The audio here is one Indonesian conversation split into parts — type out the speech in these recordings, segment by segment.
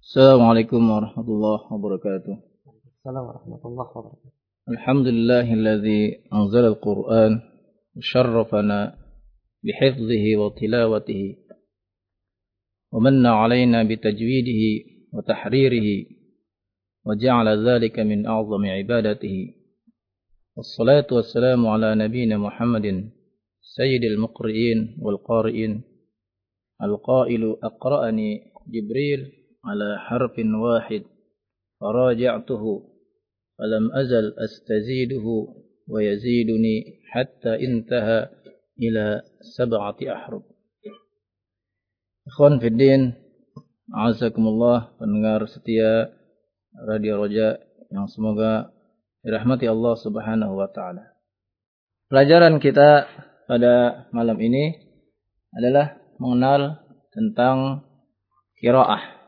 Assalamualaikum warahmatullahi wabarakatuh. Assalamualaikum warahmatullahi wabarakatuh. Alhamdulillahilladzi anzala al-Qur'an wa syarrafana bihifdhihi wa tilawatihi wa manna 'alaina bitajwidihi wa tahririhi wa ja'ala dzalika min a'zami ibadatihi. Wassalatu wassalamu ala nabiyyina Muhammadin sayyidil muqri'in wal qari'in al-qailu aqra'ani Jibril على حرف واحد فراجعته فلم أزل أستزيده ويزيدني حتى انتهى إلى 7 أحرف. Ikhwan fiddin, a'azakumullah, pendengar setia Radio Roja yang semoga dirahmati Allah Subhanahu wa taala. Pelajaran kita pada malam ini adalah mengenal tentang qiraah.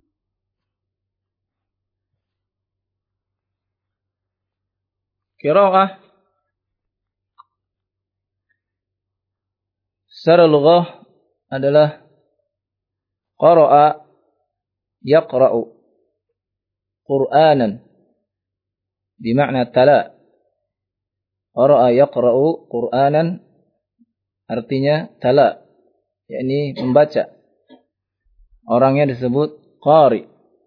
Qiraah secara lughah adalah qara'a yaqra'u Qur'anan bermakna tala. Qara'a yaqra'u Qur'anan artinya tala, yakni membaca. Orangnya disebut qari.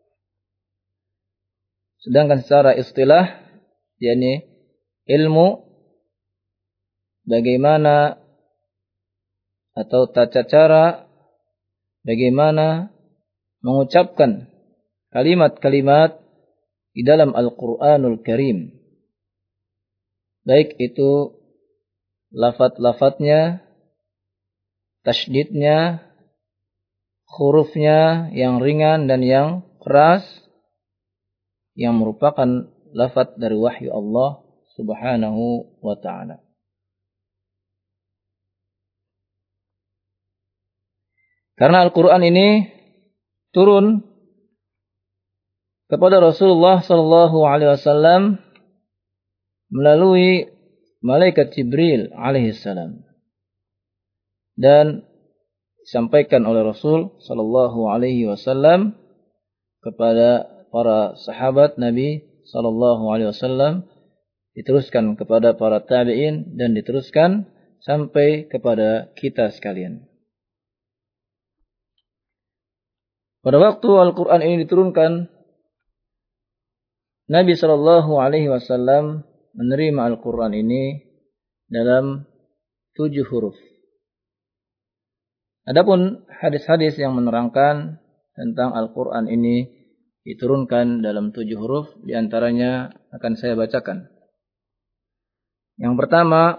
Sedangkan secara istilah yakni ilmu bagaimana atau tata cara bagaimana mengucapkan kalimat-kalimat di dalam Al-Qur'anul Karim. Baik itu lafaz-lafaznya, tasydidnya, hurufnya yang ringan dan yang keras yang merupakan lafaz dari wahyu Allah Subhanahu wa ta'ala. Karena Al-Quran ini turun kepada Rasulullah sallallahu alaihi wasallam melalui malaikat Jibril alaihi salam dan disampaikan oleh Rasul sallallahu alaihi wasallam kepada para sahabat Nabi sallallahu alaihi wasallam, diteruskan kepada para tabi'in dan diteruskan sampai kepada kita sekalian. Pada waktu Al-Quran ini diturunkan, Nabi sallallahu alaihi wasallam menerima Al-Quran ini dalam 7 huruf. Adapun hadis-hadis yang menerangkan tentang Al-Quran ini diturunkan dalam 7 huruf, diantaranya akan saya bacakan. Yang pertama,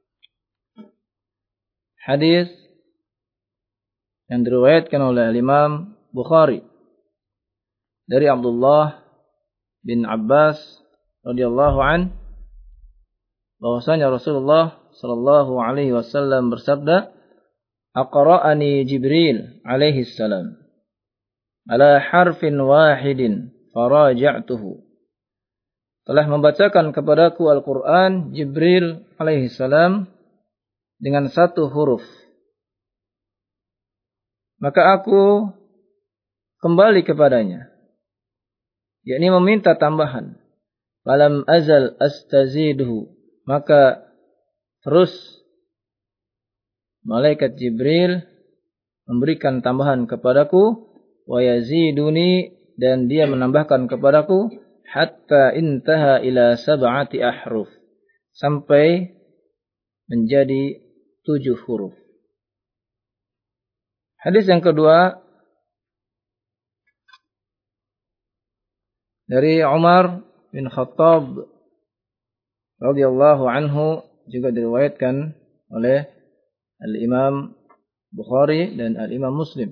hadis yang diriwayatkan oleh Imam Bukhari dari Abdullah bin Abbas radhiyallahu an, bahwasanya Rasulullah sallallahu alaihi wasallam bersabda, "Aqra'ani Jibril alaihi salam ala harfin wahidin faraja'tuhu." Telah membacakan kepadaku Al-Quran Jibril alaihi salam dengan 1 huruf. Maka aku kembali kepadanya, yakni meminta tambahan. Falam azal astaziduhu. Maka terus malaikat Jibril memberikan tambahan kepadaku, wa yaziduni, dan dia menambahkan kepadaku, hatta intaha ila 7 ahruf, sampai menjadi 7 huruf. Hadis yang kedua dari Umar bin Khattab radhiyallahu anhu, juga diriwayatkan oleh Al-Imam Bukhari dan Al-Imam Muslim.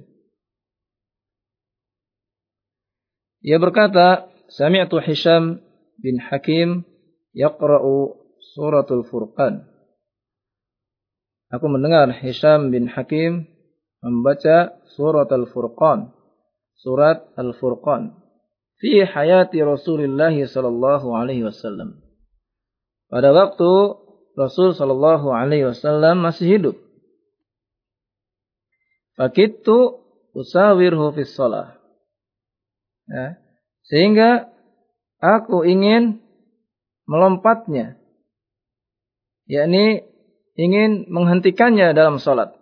Ia berkata, sami'tu Hisham bin Hakim yaqra'u suratul Furqan. Aku mendengar Hisham bin Hakim membaca surat Al-Furqan, surat Al-Furqan, fi hayati Rasulullah sallallahu alaihi wasallam. Pada waktu Rasul sallallahu alaihi wasallam masih hidup. Fakittu usawirhu fis shalah. Ya. Sehingga aku ingin melompatnya, yakni ingin menghentikannya dalam salat.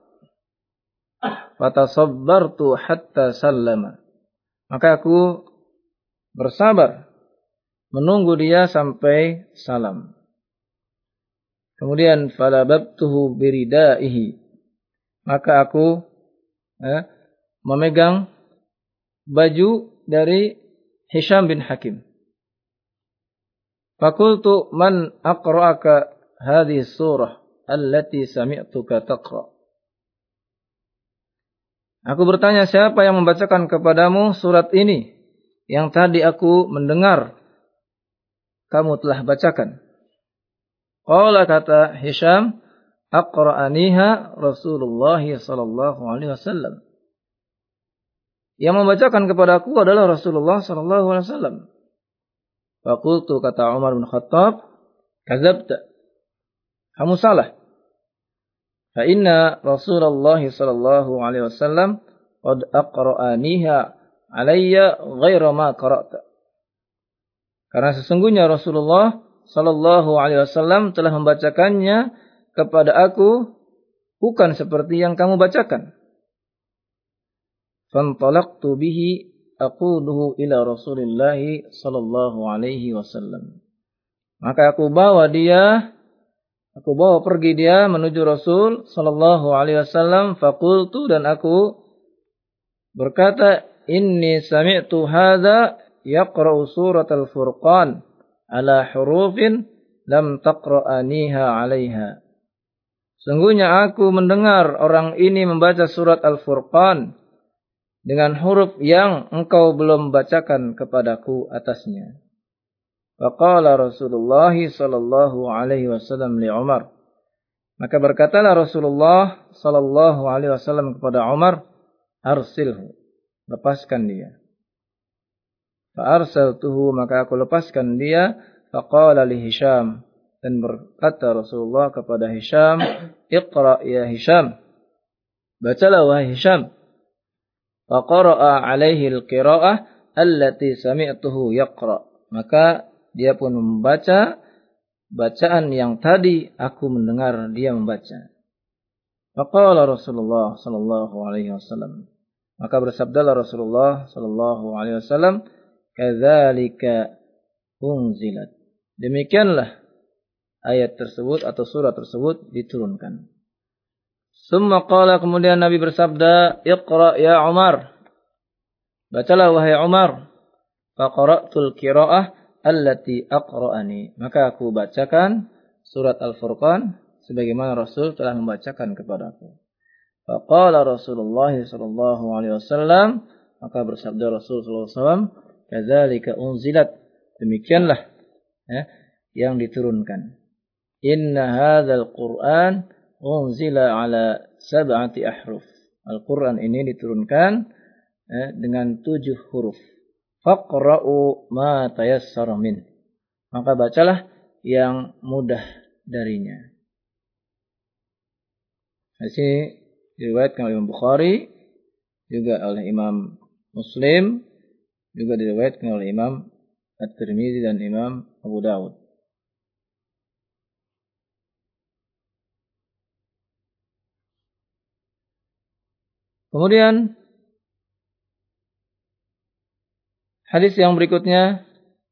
Fatasabbartu hatta sallama. Maka aku bersabar menunggu dia sampai salam. Kemudian falababtuhu biridaihi. Maka aku memegang baju dari Hisham bin Hakim. Fakultu man aqra'aka hadhihi surah allati sami'tuka taqra'. Aku bertanya, siapa yang membacakan kepadamu surat ini yang tadi aku mendengar kamu telah bacakan? Qala, kata Hisham, aqra'aniha Rasulullah sallallahu alaihi wasallam. Yang membacakan kepadaku adalah Rasulullah sallallahu alaihi wasallam. Faqultu, kata Umar bin Khattab, kadzabta. Kamu salah. Fa inna Rasulullah sallallahu alaihi wasallam qad aqra'aniha alayya ghaira ma qara'ta. Karena sesungguhnya Rasulullah sallallahu alaihi wasallam telah membacakannya kepada aku bukan seperti yang kamu bacakan. Fantalaqtu bihi aquduhu ila Rasulillah sallallahu alaihi wasallam. Maka aku bawa pergi dia menuju Rasul sallallahu alaihi wasallam. Faqultu, dan aku berkata, inni sami'tu hadza yaqra'u surat al-Furqan ala hurufin lam taqra'aniha 'alaiha. Sungguhnya aku mendengar orang ini membaca surat Al-Furqan dengan huruf yang engkau belum bacakan kepadaku atasnya. Faqala Rasulullah sallallahu alaihi wasallam li Umar. Maka berkatalah Rasulullah sallallahu alaihi wasallam kepada Umar, arsilhu, lepaskan dia. Fa arsaltuhu, maka aku lepaskan dia. Faqala li Hisham, dan berkata Rasulullah kepada Hisham, iqra ya Hisham, bacalah wahai Hisham. Faqara'a alaihi al-qira'ah allati sami'tuhu yaqra'. Maka dia pun membaca bacaan yang tadi aku mendengar dia membaca. Faqala Rasulullah sallallahu alaihi wasallam. Maka bersabdalah Rasulullah sallallahu alaihi wasallam, kadzalika unzilat. Demikianlah ayat tersebut atau surat tersebut diturunkan. Summa qala, kemudian Nabi bersabda, iqra ya Umar. Bacalah wahai Umar. Faqara'tul qira'ah allati aqra'ani. Maka aku bacakan surat Al-Furqan sebagaimana Rasul telah membacakan kepadaku. Faqala Rasulullah sallallahu alaihi wasallam, maka bersabda Rasul sallallahu alaihi wasallam, kadzalika unzilat. Demikianlah yang diturunkan. Inna hadzal Qur'an unzila ala sab'ati ahruf. Al-Qur'an ini diturunkan dengan 7 huruf. Faqra'u ma tayassara min. Maka bacalah yang mudah darinya. Di sini diriwayatkan oleh Imam Bukhari, juga oleh Imam Muslim, juga diriwayatkan oleh Imam At-Tirmidzi dan Imam Abu Dawud. Kemudian hadis yang berikutnya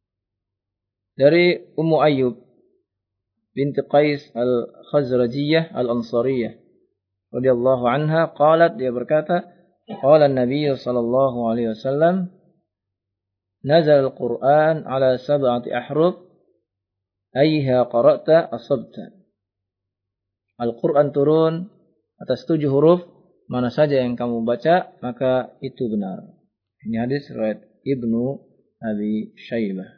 dari Ummu Ayyub binti Qais al-Khazrajiyah al-Ansariyah radhiyallahu anha, qalat, dia berkata, qala an-nabiy sallallahu alaihi wasallam, nazal al-Qur'an ala sab'ati ahruf ayha qara'ta asabta. Al-Qur'an turun atas 7 huruf, mana saja yang kamu baca maka itu benar. Ini hadis riwayat Ibnu Abi Syaibah.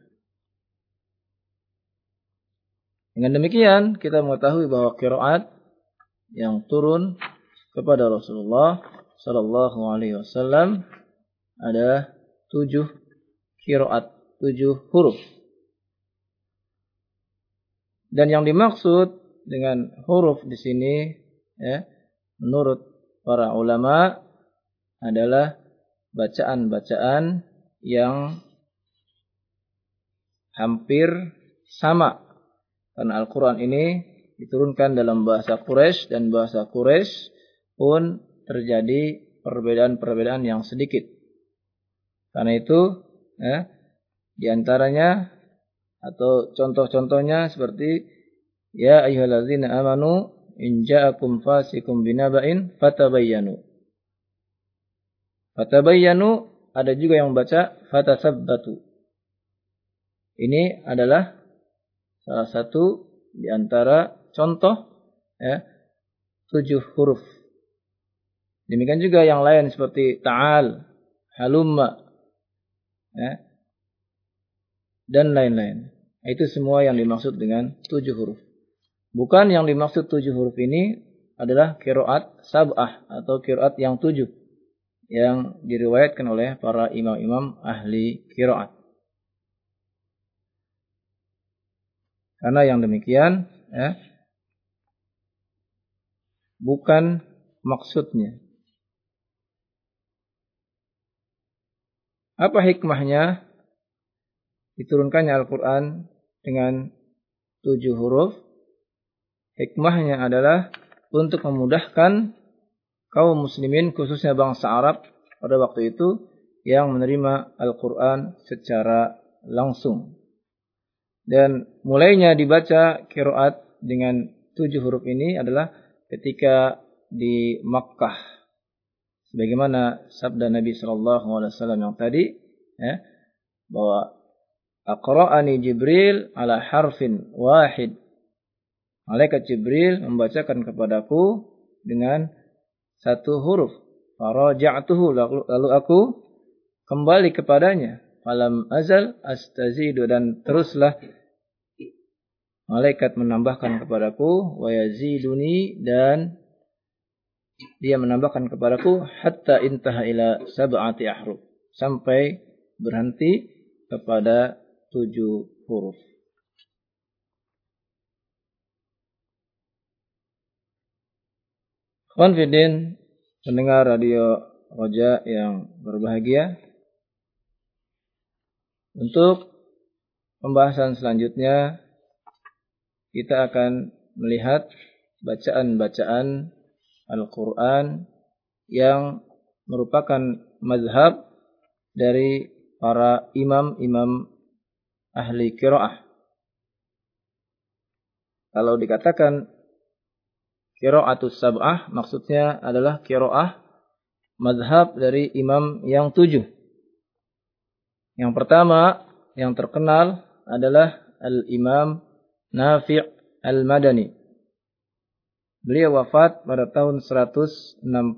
Dengan demikian kita mengetahui bahwa qiraat yang turun kepada Rasulullah sallallahu alaihi wasallam ada 7 qiraat, 7 huruf. Dan yang dimaksud dengan huruf di sini menurut para ulama adalah bacaan-bacaan yang hampir sama. Karena Al-Quran ini diturunkan dalam bahasa Quraisy dan bahasa Quraisy pun terjadi perbedaan-perbedaan yang sedikit. Karena itu, di antaranya atau contoh-contohnya seperti ya ayyuhalladzina amanu in ja'akum fasikum binaba'in fatabayyanu. Fatabayyanu ada juga yang membaca fatasabbatu. Ini adalah salah satu di antara contoh 7 huruf. Demikian juga yang lain seperti ta'al, halumma, dan lain-lain. Itu semua yang dimaksud dengan 7 huruf. Bukan yang dimaksud 7 huruf ini adalah qiraat sab'ah atau qiraat yang 7 yang diriwayatkan oleh para imam-imam ahli qiraat. Karena yang demikian bukan maksudnya. Apa hikmahnya diturunkannya Al-Quran dengan 7 huruf? Hikmahnya adalah untuk memudahkan kaum muslimin khususnya bangsa Arab pada waktu itu yang menerima Al-Quran secara langsung. Dan mulainya dibaca qiraat dengan 7 huruf ini adalah ketika di Makkah. Sebagaimana sabda Nabi SAW yang tadi, bahwa aqra'ani Jibril ala harfin wahid. Malaikat Jibril membacakan kepadaku dengan 1 huruf. Faraja'tuhu, lalu aku kembali kepadanya. Falam azal astazidu, dan teruslah malaikat menambahkan kepadaku. Wa yaziduni, dan dia menambahkan kepadaku. Hatta intaha ila sab'ati ahruf, sampai berhenti kepada 7 huruf. Konfidin pendengar radio Roja yang berbahagia, untuk pembahasan selanjutnya kita akan melihat bacaan-bacaan Al-Quran yang merupakan mazhab dari para imam-imam ahli qiraah. Kalau dikatakan qiraatus sab'ah, maksudnya adalah qiraah mazhab dari imam yang 7. Yang pertama yang terkenal adalah Al-Imam Nafi' Al-Madani. Beliau wafat pada tahun 169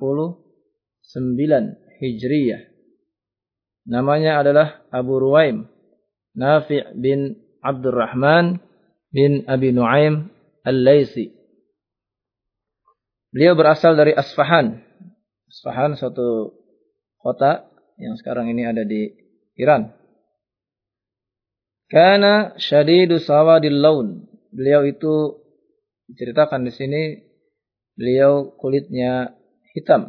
Hijriyah. Namanya adalah Abu Ruwaim Nafi' bin Abdurrahman bin Abi Nu'aim Al-Laisi. Beliau berasal dari Asfahan. Asfahan suatu kota yang sekarang ini ada di Iran. Kana syadidu sawadil laun. Beliau itu diceritakan di sini, beliau kulitnya hitam.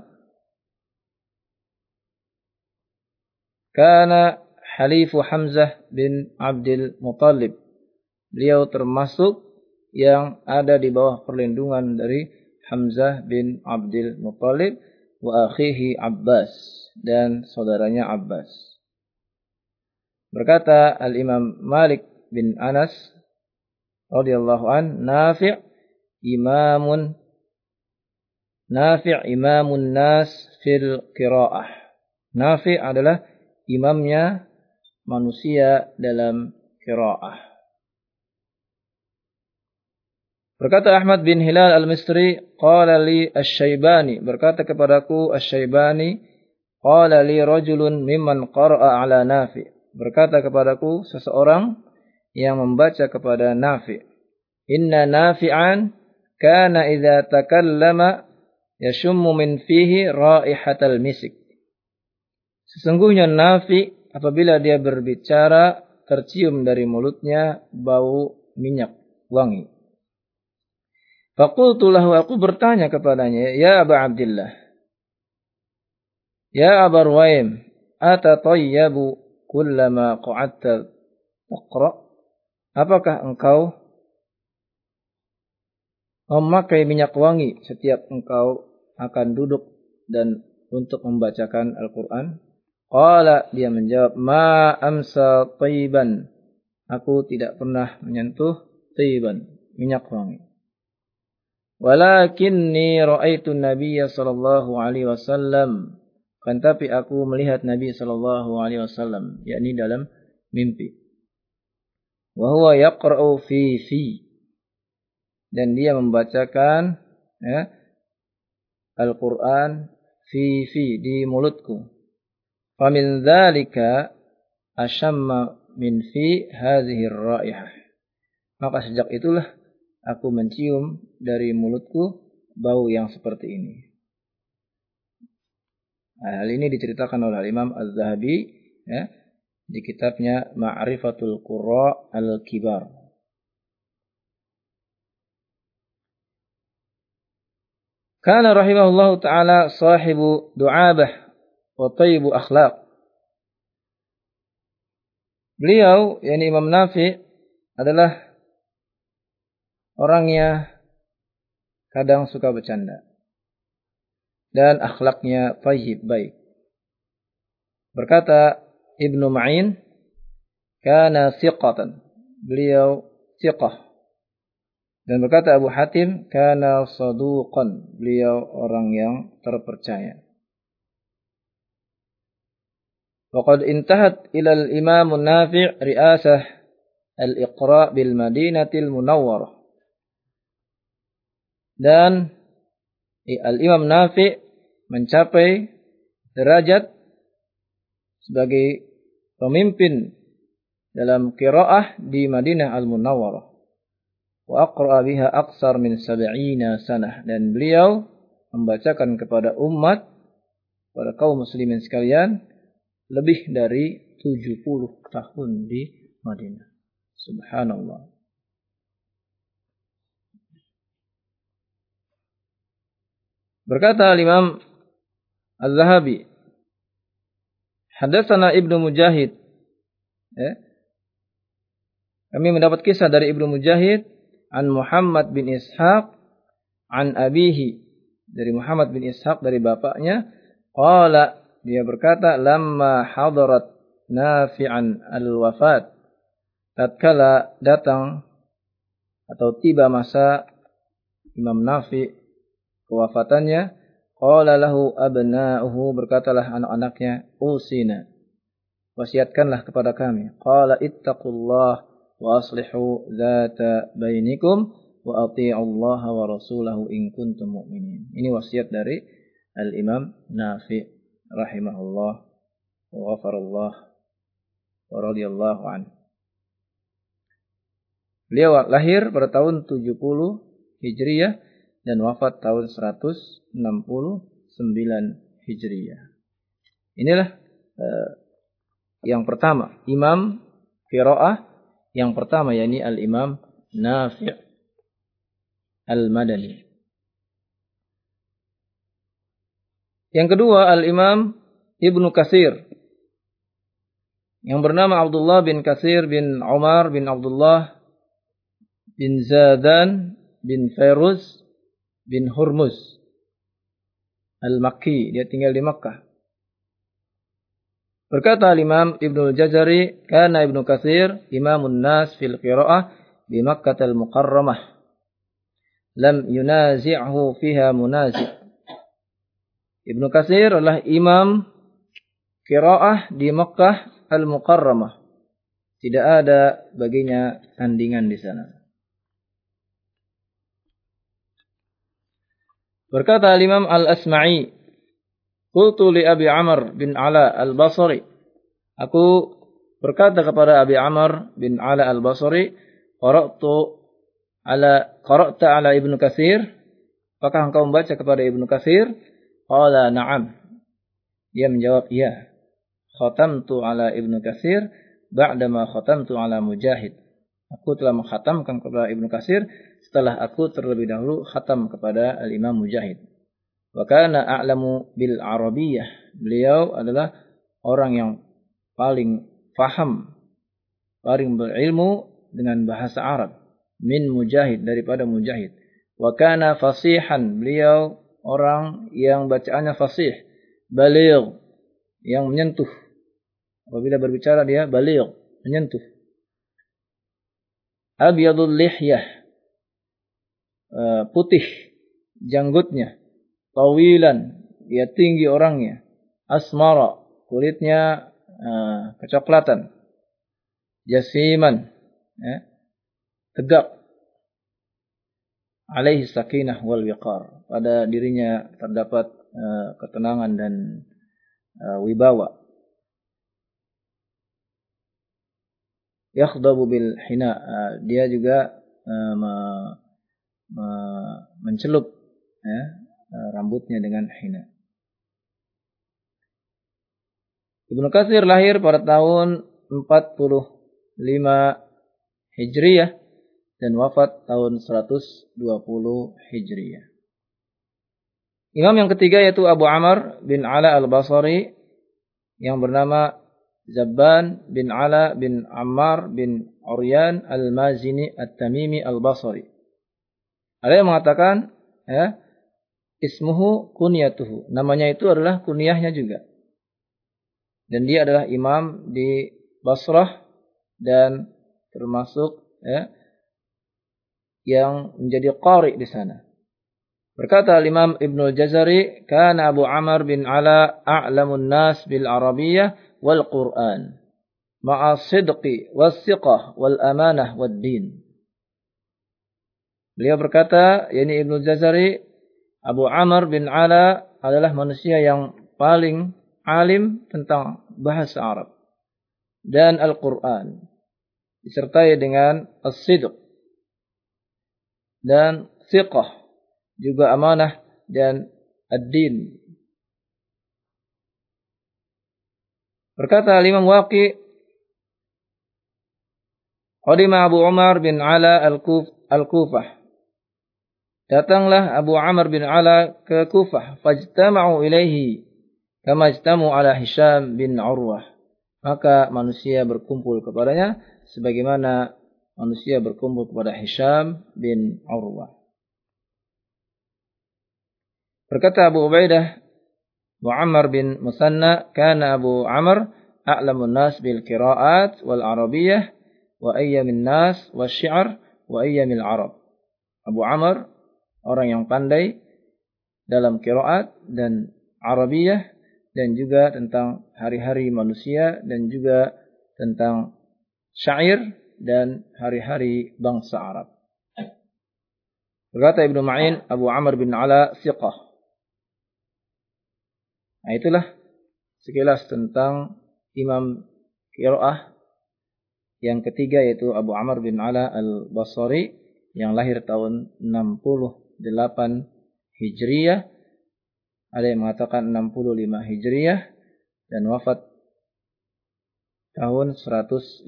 Kana halifu Hamzah bin Abdul Muttalib. Beliau termasuk yang ada di bawah perlindungan dari Hamzah bin Abdul Muttalib wa akhihi Abbas, dan saudaranya Abbas. Berkata Al-Imam Malik bin Anas radhiyallahu an, Nafi' imamun nas fil qiraah. Nafi' adalah imamnya manusia dalam qiraah. Berkata Ahmad bin Hilal Al-Misri, qala li Asy-Syaibani, berkata kepadaku Asy-Syaibani, qala li rajulun mimman qara'a ala Nafi', berkata kepadaku seseorang yang membaca kepada Nafi', inna Nafi'an kana idza takallama yashummu min fihi raihatal misik. Sesungguhnya Nafi' apabila dia berbicara tercium dari mulutnya bau minyak wangi. Faqultu lahu, aku bertanya kepadanya, ya Aba Abdillah, ya Aba Ruwaim, atatayyabu kullama qa'adta taqra? Apakah engkau memakai minyak wangi setiap engkau akan duduk dan untuk membacakan Al-Quran? Qala, dia menjawab, ma amsa tayyiban. Aku tidak pernah menyentuh tayyiban, minyak wangi. Walakinni ra'aitu Nabiyya sallallahu alaihi wasallam. Kan tapi aku melihat Nabi sallallahu alaihi wasallam, yakni dalam mimpi. Wa huwa yaqra'u fi. Dan dia membacakan Al-Quran fi di mulutku. Famin dzalika asyamma min fi hadhihi ar-raihah. Maka sejak itulah aku mencium dari mulutku bau yang seperti ini. Nah, hal ini diceritakan oleh Imam Az-Zahabi di kitabnya Ma'rifatul Qurra Al-Kibar. Kana rahimahullahu ta'ala sahibu du'abah wa tayyibu akhlaq. Beliau, yakni Imam Nafi, adalah orangnya kadang suka bercanda dan akhlaknya tayyib, baik. Berkata Ibnu Ma'in, kana siqatan. Beliau siqah. Dan berkata Abu Hatim, kana saduqan. Beliau orang yang terpercaya. Waqad intahat ila al-Imam Nafi' ri'asah al-Iqra' bil Madinatil Munawwarah. Dan Al-Imam Nafi' mencapai derajat sebagai pemimpin dalam qiraah di Madinah Al-Munawwarah. Wa aqra'a biha aksar min 70 sanah. Dan beliau membacakan kepada umat, pada kaum muslimin sekalian, lebih dari 70 tahun di Madinah. Subhanallah. Berkata Imam Az-Zahabi, hadatsana Ibnu Mujahid. Kami mendapat kisah dari Ibnu Mujahid an Muhammad bin Ishaq an abihi, dari Muhammad bin Ishaq dari bapaknya, qala, dia berkata, lamma hadarat Nafi'an al-wafat, tatkala datang atau tiba masa Imam Nafi' kewafatannya, qala lahu abna'uhu, berkatalah anak-anaknya, usina, wasiatkanlah kepada kami. Qala ittaqullah wa aslihu dzata bainikum wa athi'ullaha wa rasulahu in kuntum mu'minin. Ini wasiat dari Al-Imam Nafi' rahimahullah wa ghafarallah wa radhiyallahu anhu. Beliau lahir pada tahun 70 Hijriah dan wafat tahun 169 Hijriah. Inilah yang pertama, imam qiraah yang pertama, yakni Al-Imam Nafi' Al-Madani. Yang kedua, Al-Imam Ibnu Katsir, yang bernama Abdullah bin Katsir bin Umar bin Abdullah bin Zadan bin Fairuz bin Hurmuz Al-Makki. Dia tinggal di Makkah. Berkata Imam Ibnu Jazari, kana Ibnu Katsir imamun nas fil qiraah di Makkah al-Mukarramah, lam yunazi'hu fiha munazi'. Ibnu Katsir adalah imam qiraah di Makkah al-Mukarramah. Tidak ada baginya tandingan di sana. Berkata Imam Al-Asma'i, qultu li Abi Amr bin Ala Al-Basri, aku berkata kepada Abi Amr bin Ala Al-Basri, qara'ta ala Ibnu Katsir, apakah engkau membaca kepada Ibnu Katsir? Qala na'am. Dia menjawab, iya. Khatamtu ala Ibnu Katsir ba'dama khatamtu ala Mujahid. Aku telah mengkhatamkan kepada Ibnu Katsir setelah aku terlebih dahulu khatam kepada Al-Imam Mujahid. Wa kana a'lamu bil Arabiyyah. Beliau adalah orang yang paling faham, paling berilmu dengan bahasa Arab. Min Mujahid, daripada Mujahid. Wa kana fasihan, beliau orang yang bacaannya fasih. Baligh, yang menyentuh. Apabila berbicara dia baligh, menyentuh. Abyadul lihyah, putih janggutnya. Tawilan, dia tinggi orangnya. Asmara, kulitnya kecoklatan. Jasiman, tegak. Alaihi sakinah wal wiqar, pada dirinya terdapat ketenangan dan wibawa. Yakhdabu bil hina, dia juga mencelup rambutnya dengan hina. Ibnu Katsir lahir pada tahun 45 Hijriyah dan wafat tahun 120 Hijriyah. Imam yang ketiga yaitu Abu Amr bin Ala al-Basri yang bernama Zabban bin Ala bin Ammar bin Uryan al-Mazini at-Tamimi al-Basri. Ada yang mengatakan ismuhu kunyatuhu, namanya itu adalah kunyahnya juga. Dan dia adalah imam di Basrah dan termasuk yang menjadi qari di sana. Berkata Imam Ibnu Al-Jazari, "Kana Abu Amr bin Ala a'lamun nas bil Arabiyyah wal Qur'an, ma'a sidqi was siqah wal amanah wad din." Beliau berkata, yakni Ibnu Al-Jazari, Abu Amr bin Ala adalah manusia yang paling alim tentang bahasa Arab dan Al-Quran, disertai dengan as-sidq dan siqah, juga amanah dan ad-din. Berkata Imam Waqi, qadima Abu Umar bin Ala al-Kufah. Datanglah Abu Amr bin Ala ke Kufah, fajtama'u ilaihi kama ijtamu ala Hisham bin Urwah. Maka manusia berkumpul kepadanya sebagaimana manusia berkumpul kepada Hisham bin Urwah. Berkata Abu Ubaidah Muammar bin Musanna, kana Abu Amr a'lamun nas bil qira'at wal arabiyyah wa ayyamin nas wasyi'r wa ayyamil arab. Abu Amr orang yang pandai dalam qiraat dan Arabiyah, dan juga tentang hari-hari manusia, dan juga tentang syair dan hari-hari bangsa Arab. Berkata Ibnu Ma'in, Abu Amr bin Ala siqah. Nah, itulah sekilas tentang imam qiraah yang ketiga, yaitu Abu Amr bin Ala al-Basri yang lahir tahun 68 Hijriyah. Ada yang mengatakan 65 Hijriyah dan wafat tahun 154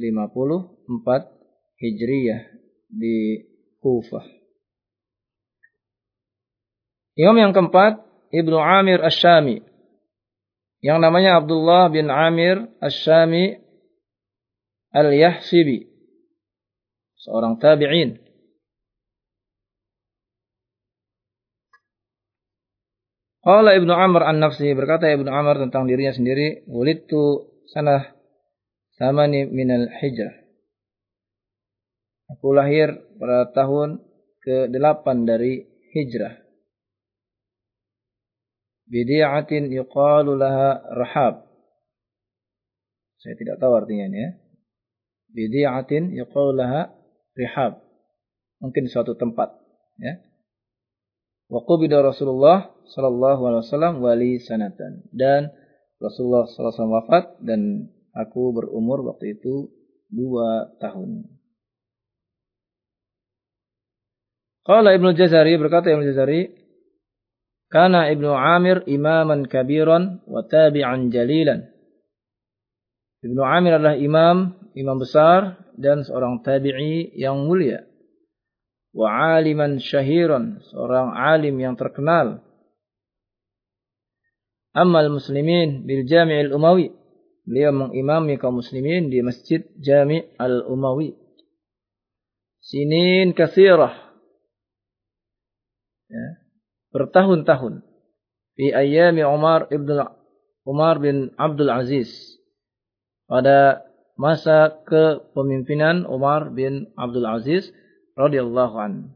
Hijriyah di Kufah. Imam yang keempat, Ibnu Amir Asy-Syami, yang namanya Abdullah bin Amir Asy-Syami Al-Yahsibi, seorang tabi'in. Qala Ibnu Amr an-Nafsi, berkata Ibnu Amr tentang dirinya sendiri, wulidtu sanah thamani minal hijrah. Aku lahir pada tahun ke-8 dari hijrah. Bidi'atin yuqalu laha Rahab. Saya tidak tahu artinya ini ya. Bidi'atin yuqalu laha Rihab. Mungkin suatu tempat ya. Wa qubida Rasulullah sallallahu alaihi wasallam wali sanatan, dan Rasulullah sallallahu alaihi wasallam wafat dan aku berumur waktu itu 2 tahun. Qala Ibnu Jazari, berkata Ibnu Jazari, kana Ibnu Amir imaman kabiran wa tabi'an jalilan. Ibnu Amir adalah imam besar dan seorang tabi'i yang mulia. Wa aliman syahiran, seorang alim yang terkenal. Ammal muslimin bil jami'il umawi, beliau mengimami kaum muslimin di Masjid Jami' Al-Umawi. Sinin katsirah. Ya, bertahun-tahun. Fi ayyami Umar bin Abdul Aziz. Pada masa kepemimpinan Umar bin Abdul Aziz radhiyallahu anhu.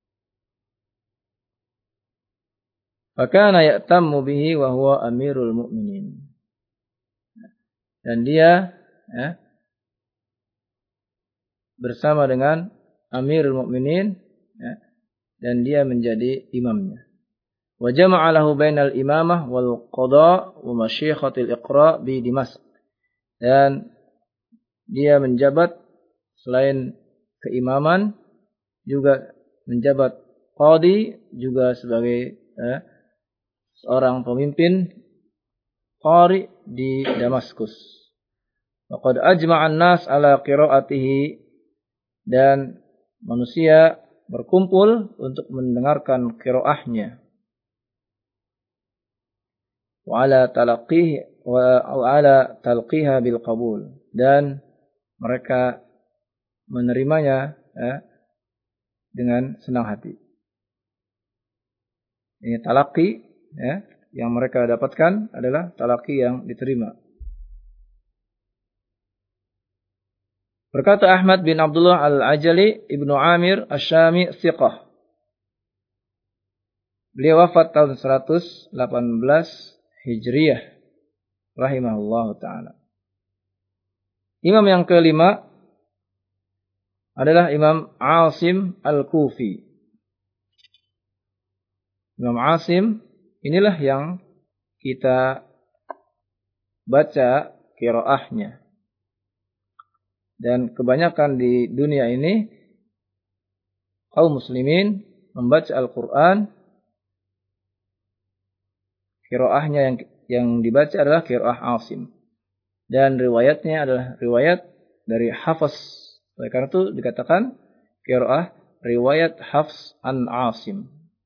Fakana ya'tammu bihi wa huwa amirul mu'minin. Dan dia bersama dengan Amirul Mukminin, dan dia menjadi imamnya. Wa jama'a lahu bainal imamah wal qada wa masyikhatil iqra bi Dimask. Dan dia menjabat selain keimaman juga menjabat qadi, juga sebagai seorang pemimpin qari di Damaskus. Waqad ajma'an nas ala qiraatihi, dan manusia berkumpul untuk mendengarkan qiraahnya. Wa ala talqiha bil qabul, dan mereka menerimanya dengan senang hati. Ini talaqi, yang mereka dapatkan adalah talaqi yang diterima. Berkata Ahmad bin Abdullah Al-Ajali Ibnu Amir Asy-Syami Thiqah. Beliau wafat tahun 118 Hijriyah rahimahullahu taala. Imam yang kelima adalah Imam Asim Al-Kufi. Imam Asim inilah yang kita baca qiraahnya. Dan kebanyakan di dunia ini kaum muslimin membaca Al-Quran, qiraahnya yang dibaca adalah qiraah Asim. Dan riwayatnya adalah riwayat dari Hafs. Oleh karena itu dikatakan qiraah riwayat Hafs an Asim.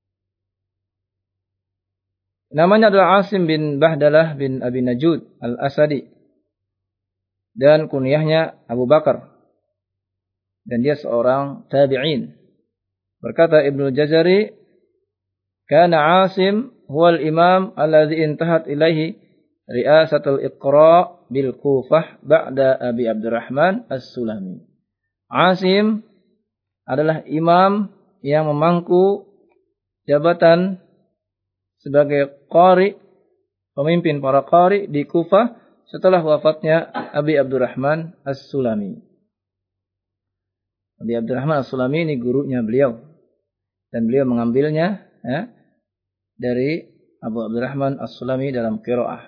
Namanya adalah Asim bin Bahdalah bin Abi Najud Al-Asadi. Dan kunyahnya Abu Bakar. Dan dia seorang tabi'in. Berkata Ibnu Jazari, kana Asim huwal imam alladhi intahat ilaihi riasatul iqra bil Kufah ba'da Abi Abdurrahman As-Sulami. Asim adalah imam yang memangku jabatan sebagai qari, pemimpin para qari di Kufah setelah wafatnya Abi Abdurrahman As-Sulami. Abi Abdurrahman As-Sulami ini gurunya beliau. Dan beliau mengambilnya dari Abu Abdurrahman As-Sulami dalam qiraah.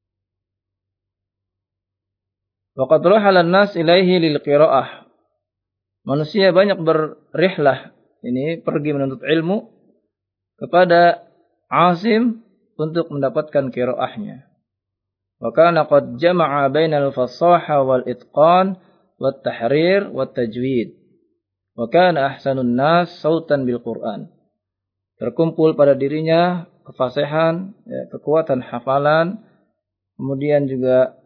Wa qad rahala an-nas ilaihi lil qiraah. Manusia banyak berrihlah, ini pergi menuntut ilmu kepada Asim untuk mendapatkan qiraahnya. Wa kana qad jama'a bainal fasaha wal itqan wat tahrir wat tajwid. Wa kana ahsanun nas sautan bil Qur'an. Terkumpul pada dirinya kefasihan, kekuatan hafalan, kemudian juga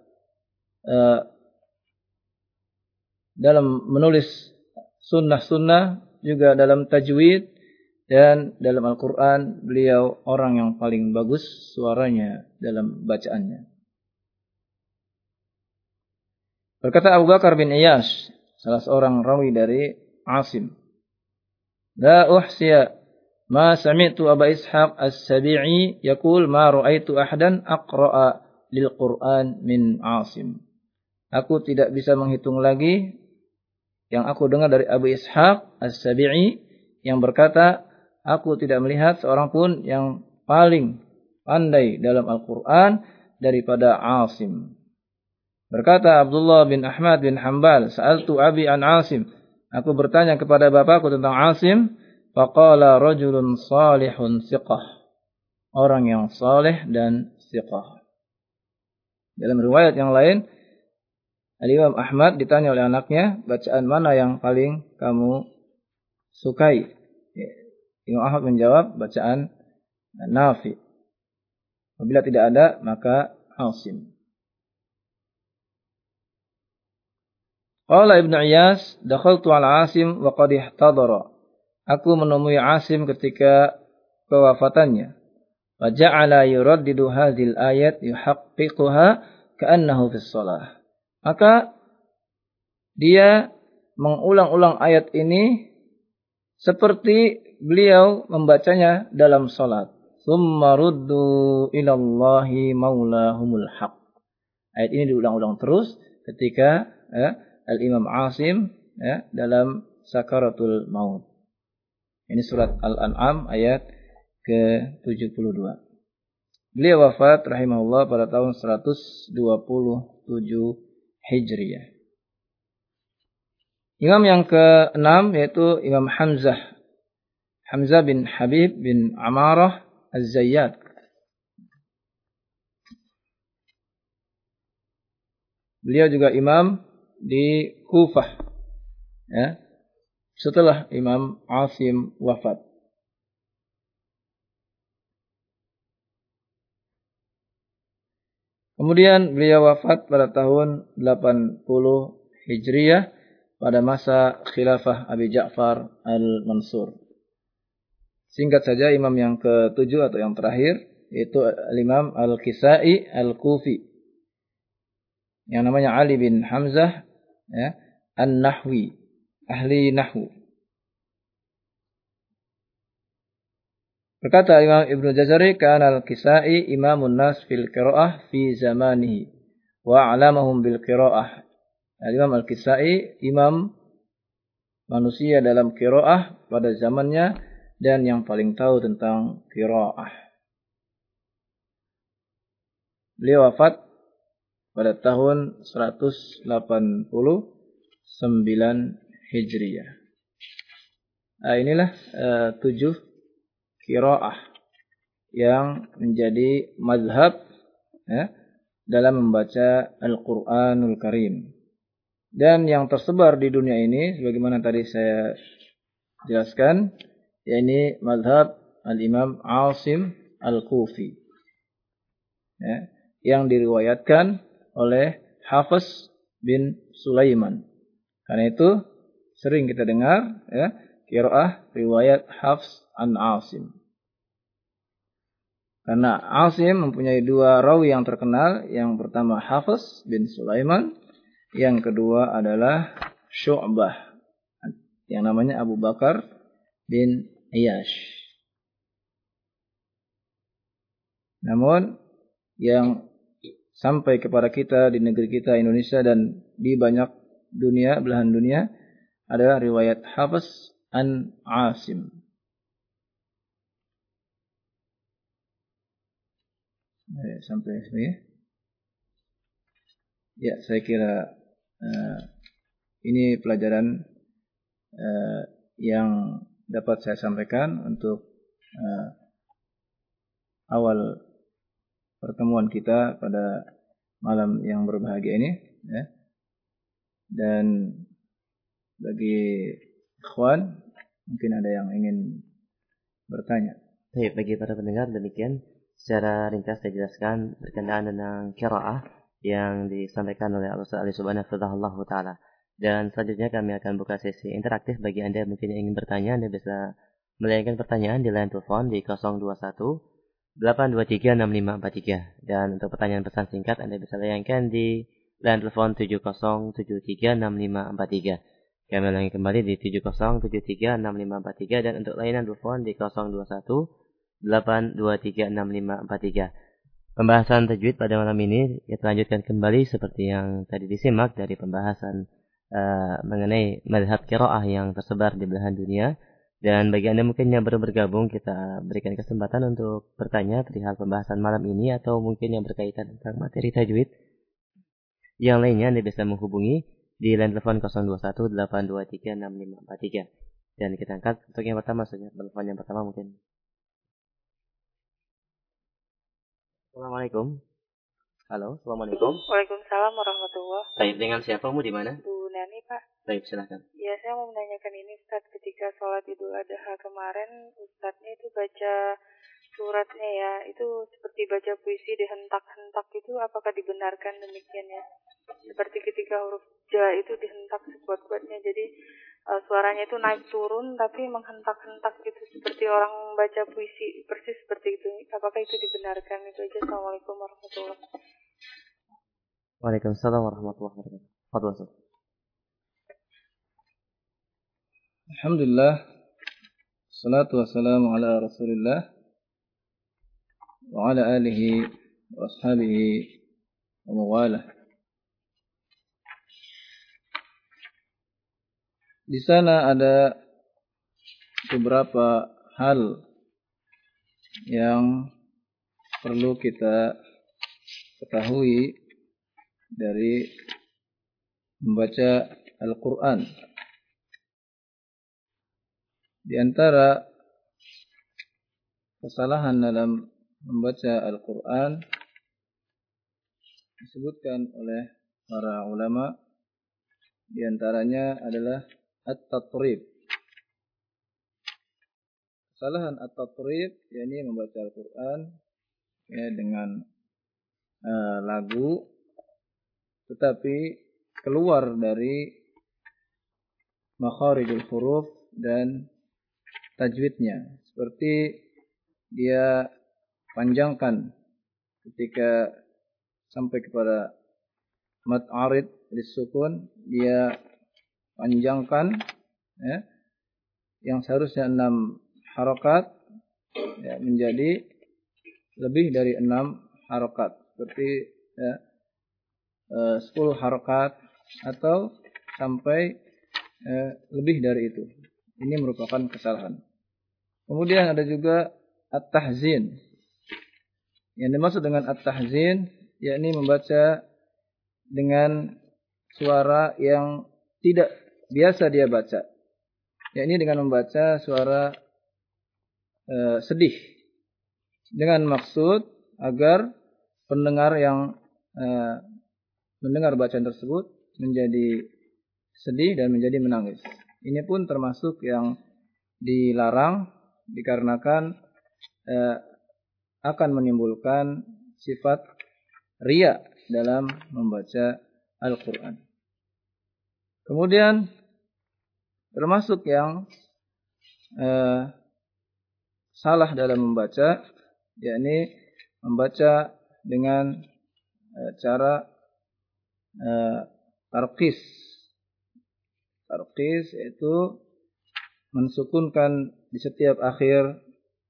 dalam menulis sunnah-sunnah, juga dalam tajwid, dan dalam Al-Quran beliau orang yang paling bagus suaranya dalam bacaannya. Berkata Abu Bakar bin Iyash, salah seorang rawi dari Asim, la uhsiya ma sami'tu Aba Ishaq As-Sabi'i yaqul ma ra'aitu ahadan aqra'a lil Qur'an min Asim. Aku tidak bisa menghitung lagi yang aku dengar dari Abu Ishaq As-Sabi'i yang berkata, aku tidak melihat seorang pun yang paling pandai dalam Al-Quran daripada Asim. Berkata Abdullah bin Ahmad bin Hanbal, sa'altu Abi an Asim. Aku bertanya kepada bapakku tentang Asim. Faqala rajulun salihun siqah. Orang yang saleh dan siqah. Dalam riwayat yang lain, Al-Imam Ahmad ditanya oleh anaknya, bacaan mana yang paling kamu sukai? Imam Ahmad menjawab, bacaan Nafi. Apabila tidak ada, maka Asim. Qala Ibnu Iyas, dakhaltu ala Asim wa qad ihtadara. Aku menemui Asim ketika kewafatannya. Wa ja'ala yuraddidu hadhil ayat yuhaqqiquha ka'annahu fis shalah. Maka dia mengulang-ulang ayat ini seperti beliau membacanya dalam salat. Tsumma ruddu ilallahi maulahumul haq. Ayat ini diulang-ulang terus ketika Al-Imam Asim dalam sakaratul maut. Ini surat Al-An'am ayat ke-72. Beliau wafat rahimahullah pada tahun 127 Hijriah. Imam yang ke-6 yaitu Imam Hamzah bin Habib bin Amarah Az-Zayyat. Beliau juga imam di Kufah. Setelah Imam Asim wafat. Kemudian beliau wafat pada tahun 80 Hijriah pada masa khilafah Abi Ja'far Al-Mansur. Singkat saja imam yang ke-7 atau yang terakhir yaitu Imam Al-Kisai Al-Kufi. Yang namanya Ali bin Hamzah An-Nahwi, ahli nahwu. Berkata Imam Ibnu Jazari, kana Al-Kisai imamun nas fil qiraah fi zamanihi wa a'lamahum bil qiraah. Imam Al-Kisai imam manusia dalam qiraah pada zamannya dan yang paling tahu tentang qiraah. Beliau wafat pada tahun 189 Hijriah. Inilah 7 qiraah yang menjadi mazhab dalam membaca Al-Quranul Karim. Dan yang tersebar di dunia ini, sebagaimana tadi saya jelaskan, yakni mazhab Al-Imam Asim Al-Kufi. Yang diriwayatkan oleh Hafiz bin Sulaiman. Karena itu sering kita dengar qiraah riwayat Hafs an Asim. Karena Asim mempunyai 2 rawi yang terkenal. Yang pertama Hafiz bin Sulaiman, yang kedua adalah Syu'bah yang namanya Abu Bakar bin Iyash. Namun yang sampai kepada kita di negeri kita Indonesia dan di banyak dunia, belahan dunia adalah riwayat Hafiz an Asim. Sampai sini. Ya, saya kira ini pelajaran yang dapat saya sampaikan untuk awal pertemuan kita pada malam yang berbahagia ini. Dan bagi ikhwan, mungkin ada yang ingin bertanya. Baik, bagi para pendengar demikian secara ringkas saya jelaskan berkenaan tentang qiraah yang disampaikan oleh Al-Ustaz Ali Subhanahu wa taala. Dan selanjutnya kami akan buka sesi interaktif bagi Anda mungkin yang ingin bertanya. Anda bisa melayangkan pertanyaan di line telepon di 021 823 6543. Dan untuk pertanyaan pesan singkat Anda bisa layangkan di line telepon 7073 6543. Kami ulangi kembali di 7073 6543 dan untuk layanan telepon di 021 823 6543. Pembahasan tajwid pada malam ini kita lanjutkan kembali seperti yang tadi disimak dari pembahasan mengenai mazhab qiraah yang tersebar di belahan dunia. Dan bagi Anda mungkin yang baru bergabung, kita berikan kesempatan untuk bertanya perihal pembahasan malam ini atau mungkin yang berkaitan tentang materi tajwid. Yang lainnya Anda bisa menghubungi di line telepon 021 823 6543. Dan kita angkat untuk yang pertama saja. Telepon yang pertama mungkin. Assalamualaikum. Halo, assalamualaikum. Waalaikumsalam warahmatullahi wabarakatuh. Baik, dengan siapa mu di mana? Bu Nani, Pak. Baik, silakan. Ya, saya mau menanyakan ini, Ustaz. Ketika sholat Idul Adha kemarin, Ustaznya itu baca suratnya ya, itu seperti baca puisi dihentak-hentak itu, apakah dibenarkan demikian ya? Seperti ketika huruf ja itu dihentak sekuat-kuatnya. Jadi suaranya itu naik turun tapi menghentak-hentak gitu seperti orang membaca puisi, persis seperti itu. Apakah itu dibenarkan? Itu aja. Assalamualaikum warahmatullahi wabarakatuh. Waalaikumsalam warahmatullahi wabarakatuh. Fadhil Ustaz. Alhamdulillah. Salatu wassalamu ala Rasulillah wa ala alihi wa ashabihi wa mawalah. Di sana ada beberapa hal yang perlu kita ketahui dari membaca Al-Quran. Di antara kesalahan dalam membaca Al-Quran disebutkan oleh para ulama, di antaranya adalah at-tatrib. Kesalahan at-tatrib, yakni membaca Al-Quran ya, dengan lagu, tetapi keluar dari makharijul huruf dan tajwidnya, seperti dia panjangkan ketika sampai kepada mad arid lisukun, dia panjangkan ya, yang seharusnya 6 harokat ya, menjadi lebih dari 6 harokat, seperti ya, 10 harokat atau sampai lebih dari itu. Ini merupakan kesalahan. Kemudian ada juga at-tahzin. Yang dimaksud dengan at-tahzin yakni membaca dengan suara yang tidak biasa dia baca. Yakni dengan membaca suara sedih. Dengan maksud agar pendengar yang mendengar bacaan tersebut menjadi sedih dan menjadi menangis. Ini pun termasuk yang dilarang dikarenakan akan menimbulkan sifat riya dalam membaca Al-Quran. Kemudian termasuk yang salah dalam membaca, yakni membaca dengan cara tarqis. Tarqis yaitu mensukunkan di setiap akhir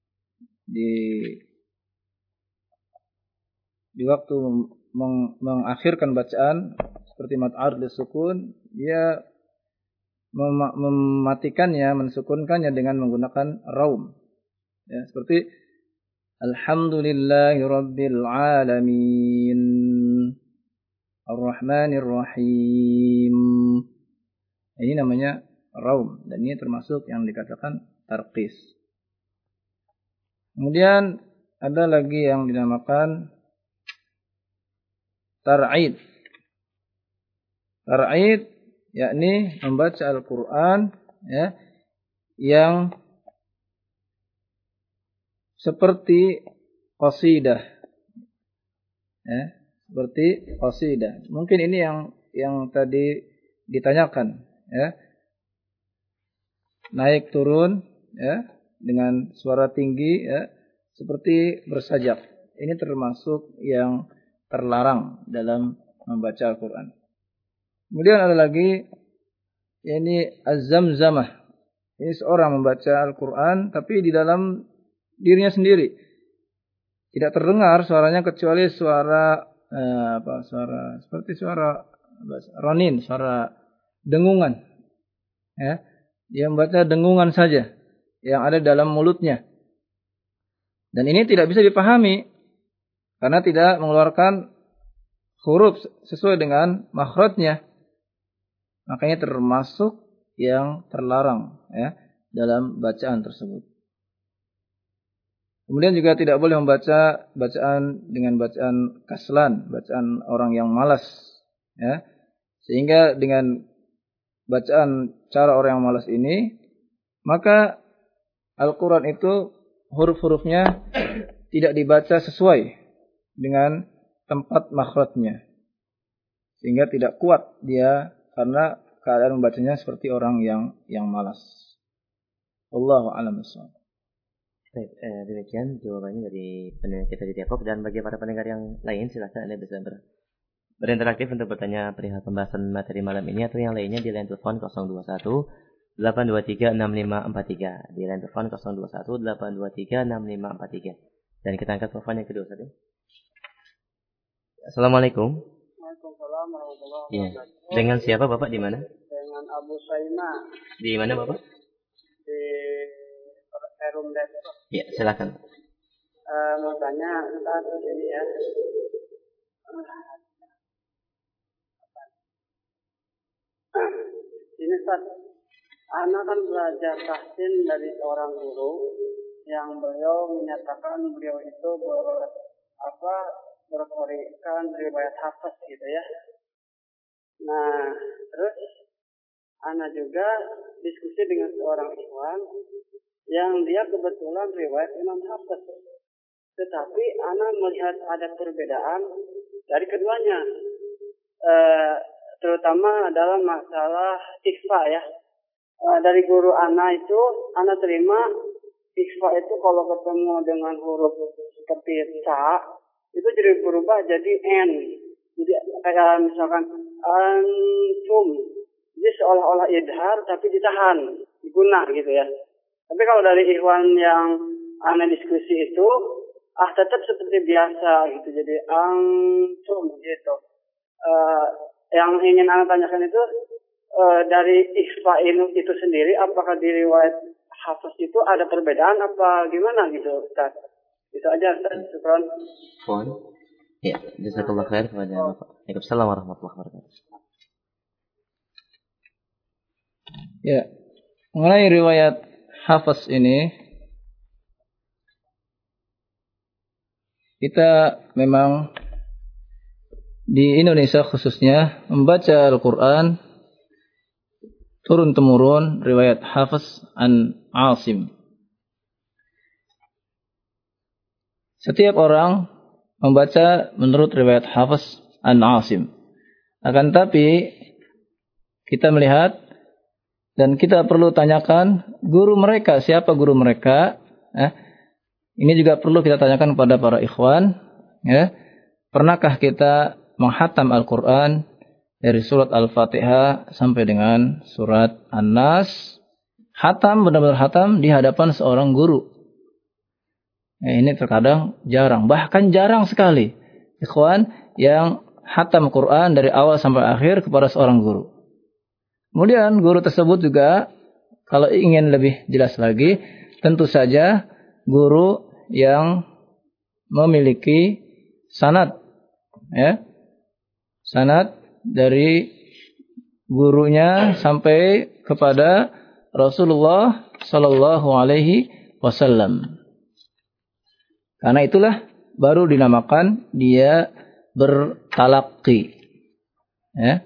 di waktu mengakhirkan bacaan seperti mad arid lisukun, dia mematikannya, mensukunkannya dengan menggunakan raum. Ya, seperti Alhamdulillahirabbil alamin Ar-Rahmanir Rahim. Ini namanya raum dan ini termasuk yang dikatakan tarqis. Kemudian ada lagi yang dinamakan tar'id. Tar'id yakni membaca Al-Quran ya, yang seperti qasidah. Ya, seperti qasidah. Mungkin ini yang tadi ditanyakan ya. Naik turun ya, dengan suara tinggi ya, seperti bersajak. Ini termasuk yang terlarang dalam membaca Al-Quran. Kemudian ada lagi, ini az-zamzamah. Ini seorang membaca Al-Quran tapi di dalam dirinya sendiri. Tidak terdengar suaranya kecuali suara suara seperti suara ronin, suara dengungan. Ya. Dia membaca dengungan saja yang ada dalam mulutnya. Dan ini tidak bisa dipahami karena tidak mengeluarkan huruf sesuai dengan makhrajnya. Makanya termasuk yang terlarang ya dalam bacaan tersebut. Kemudian juga tidak boleh membaca bacaan dengan bacaan kaslan, bacaan orang yang malas ya. Sehingga dengan bacaan cara orang yang malas ini, maka Al-Quran itu huruf-hurufnya tidak dibaca sesuai dengan tempat makhrajnya. Sehingga tidak kuat dia karena keadaan membacanya seperti orang yang malas. Wallahu a'lam bishawab. Baik, demikian jawabannya dari pendengar kita di Depok, dan bagi para pendengar yang lain silakan Anda bisa berinteraktif untuk bertanya perihal pembahasan materi malam ini atau yang lainnya di line telepon 021 823 6543, di line telepon 021 823 6543. Dan kita angkat telepon yang kedua tadi. Assalamualaikum. Waalaikumsalam warahmatullahi wabarakatuh. Dengan siapa Bapak, di mana? Dengan Abu Saina. Di mana Bapak? Di Perum Depok. Ya, silakan. Mau tanya tentang ini ya. Ini Ustaz, anak kan belajar tahsin dari seorang guru yang beliau menyatakan beliau itu berkorikan riwayat hafaz gitu ya. Nah, terus anak juga diskusi dengan seorang ikhwan yang dia kebetulan riwayat Imam Hafiz. Tetapi anak melihat ada perbedaan dari keduanya. Terutama dalam masalah ikhfa ya. Dari guru anak itu, anak terima ikhfa itu kalau ketemu dengan huruf seperti ta, itu jadi berubah jadi n. Jadi kayak misalkan antum, jadi seolah-olah idhar tapi ditahan, diguna gitu ya. Tapi kalau dari ikhwan yang anak diskusi itu, tetap seperti biasa gitu. Jadi antum gitu. Yang ingin anak tanyakan itu dari ikhfa itu sendiri, apakah di riwayat Hafiz itu ada perbedaan apa gimana gitu Ustaz? Itu aja Ustaz. Syukran. Ya, jazakallah khair kepada Bapak. Waalaikumsalam warahmatullahi wabarakatuh. Ya, mengenai riwayat Hafiz ini, kita memang di Indonesia khususnya membaca Al-Quran turun-temurun riwayat Hafiz an Asim. Setiap orang membaca menurut riwayat Hafiz an Asim. Akan tapi kita melihat dan kita perlu tanyakan guru mereka, siapa guru mereka? Ini juga perlu kita tanyakan kepada para ikhwan. Ya. Pernahkah kita menghatam Al-Quran dari surat Al-Fatihah sampai dengan surat An-Nas? Hatam, benar-benar hatam di hadapan seorang guru. Ini terkadang jarang, bahkan jarang sekali ikhwan yang hatam Quran dari awal sampai akhir kepada seorang guru. Kemudian guru tersebut juga kalau ingin lebih jelas lagi, tentu saja guru yang memiliki sanad, ya, sanad dari gurunya sampai kepada Rasulullah Sallallahu Alaihi Wasallam. Karena itulah baru dinamakan dia bertalaqi. Ya.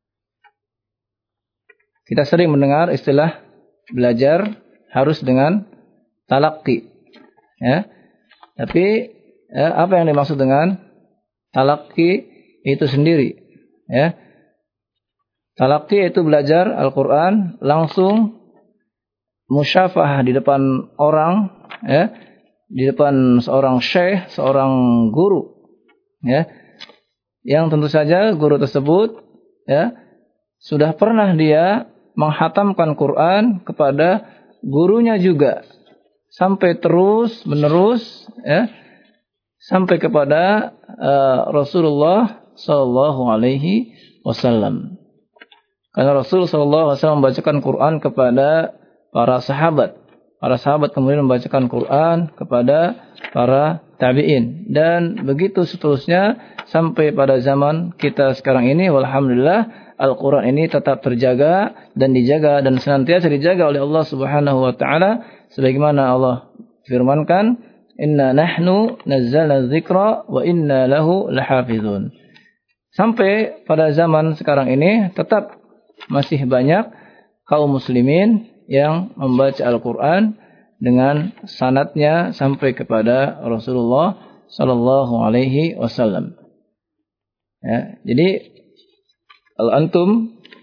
Kita sering mendengar istilah belajar harus dengan talaqi. Ya. Tapi apa yang dimaksud dengan talaqi itu sendiri? Ya. Talaqi itu belajar Al-Quran langsung musyafahah di depan orang, ya, di depan seorang syekh, seorang guru, ya, yang tentu saja guru tersebut, ya, sudah pernah dia menghatamkan Quran kepada gurunya juga, sampai terus menerus, ya, sampai kepada Rasulullah Sallallahu Alaihi Wasallam. Karena Rasul Sallallahu Alaihi Wasallam membacakan Quran kepada para sahabat. Para sahabat kemudian membacakan Quran kepada para tabi'in. Dan begitu seterusnya sampai pada zaman kita sekarang ini. Walhamdulillah Al-Quran ini tetap terjaga dan dijaga dan senantiasa dijaga oleh Allah Subhanahu wa taala sebagaimana Allah firmankan, "Inna nahnu nazzalna dzikra wa inna lahu lahafizun." Sampai pada zaman sekarang ini tetap masih banyak kaum muslimin yang membaca Al-Quran dengan sanadnya sampai kepada Rasulullah Sallallahu Alaihi Wasallam. Ya, jadi kalau antum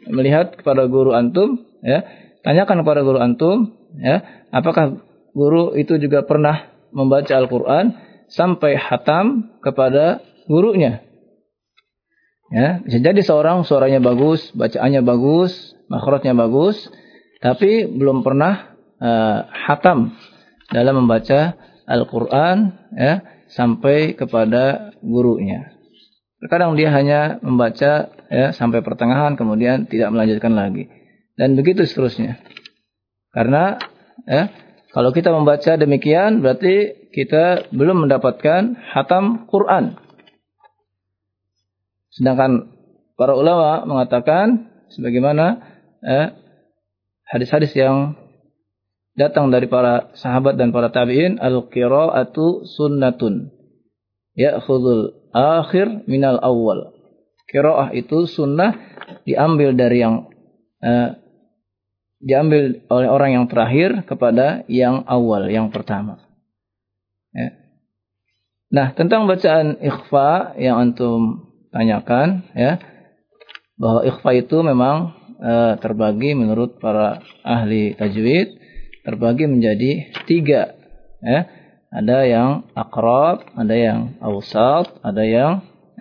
melihat kepada guru antum, ya, tanyakan kepada guru antum, ya, apakah guru itu juga pernah membaca Al-Quran sampai khatam kepada gurunya. Ya, bisa jadi seorang suaranya bagus, bacaannya bagus, makhrajnya bagus, tapi belum pernah khatam dalam membaca Al-Quran, ya, sampai kepada gurunya. Terkadang dia hanya membaca, ya, sampai pertengahan, kemudian tidak melanjutkan lagi, dan begitu seterusnya. Karena, ya, kalau kita membaca demikian, berarti kita belum mendapatkan khatam Quran. Sedangkan para ulama mengatakan sebagaimana hadis-hadis yang datang dari para sahabat dan para tabi'in, al-qira'atu sunnatun ya'khudul akhir minal awal. Qira'ah itu sunnah, diambil dari yang diambil oleh orang yang terakhir kepada yang awal, yang pertama. Ya. Nah, tentang bacaan ikhfa yang antum tanyakan, ya, bahwa ikhfa itu memang terbagi menurut para ahli tajwid, terbagi menjadi 3, ya. Ada yang aqrab, ada yang awsat, ada yang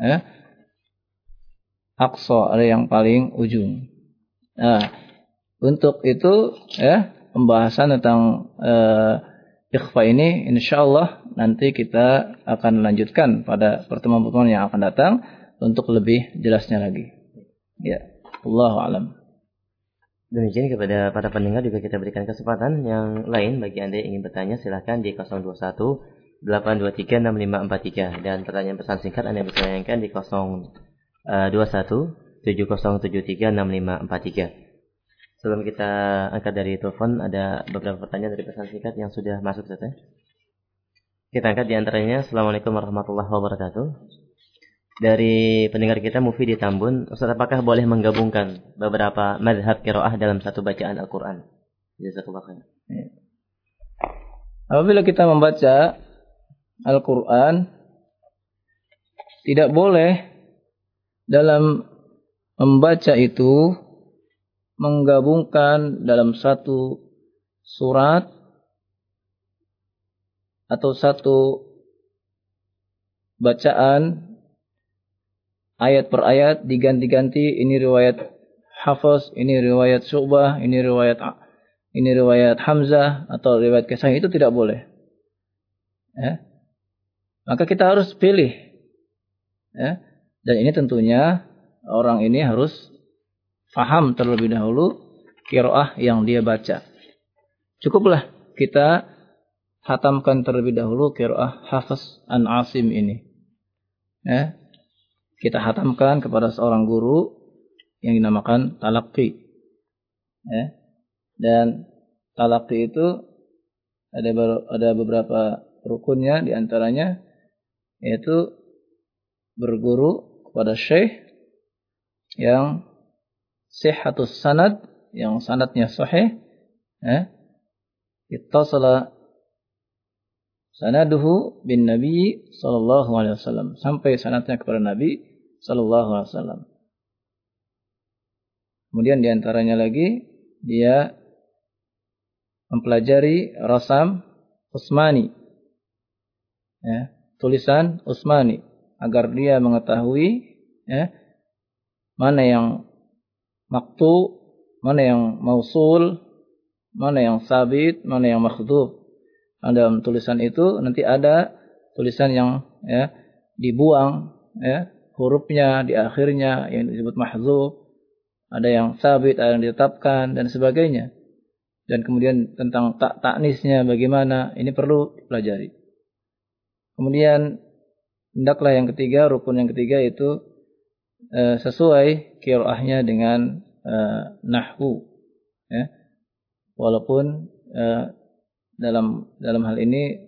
aqsa, ada yang paling ujung. Nah, untuk itu, ya, pembahasan tentang ikhfa ini insyaallah nanti kita akan lanjutkan pada pertemuan-pertemuan yang akan datang untuk lebih jelasnya lagi. Ya, Allahu a'lam. Demikian kepada para pendengar juga kita berikan kesempatan yang lain bagi Anda yang ingin bertanya, silahkan di 021 823 6543 dan pertanyaan pesan singkat Anda bisa tanyakan di 021 7073 6543. Sebelum kita angkat dari telepon, ada beberapa pertanyaan dari pesan singkat yang sudah masuk, Ustaz. Kita angkat di antaranya. Assalamualaikum warahmatullahi wabarakatuh. Dari pendengar kita Mufi di Tambun, Ustaz, apakah boleh menggabungkan beberapa mazhab qiraah dalam satu bacaan Al-Quran? Jazakallah khair. Apabila kita membaca Al-Quran, tidak boleh dalam membaca itu menggabungkan dalam satu surat atau satu bacaan ayat per ayat diganti-ganti, ini riwayat Hafiz, ini riwayat Syu'bah, ini riwayat Hamzah atau riwayat Kisah, itu tidak boleh. Ya. Maka kita harus pilih. Ya. Dan ini tentunya orang ini harus faham terlebih dahulu qiraah yang dia baca. Cukuplah kita hatamkan terlebih dahulu qiraah Hafiz an Asim ini. Ya. Kita hatamkan kepada seorang guru yang dinamakan talaqqi. Ya. Dan talaqqi itu ada beberapa rukunnya, di antaranya yaitu berguru kepada syekh yang sihhatus sanad, yang sanadnya sahih, ittasala sanaduhu bin Nabi sallallahu alaihi wasallam, sampai sanadnya kepada Nabi sallallahu alaihi wasallam. Kemudian di antaranya lagi dia mempelajari rasam Utsmani, ya, tulisan Utsmani, agar dia mengetahui, ya, mana yang maktu, mana yang mausul, mana yang sabit, mana yang makhdhuf. Dalam tulisan itu nanti ada tulisan yang, ya, dibuang, ya, hurufnya di akhirnya yang disebut mahdzuf, ada yang sabit, ada yang ditetapkan dan sebagainya. Dan kemudian tentang taknisnya bagaimana, ini perlu dipelajari. Kemudian hendaklah yang ketiga, rukun yang ketiga itu sesuai qiraahnya dengan nahwu, ya. Walaupun dalam hal ini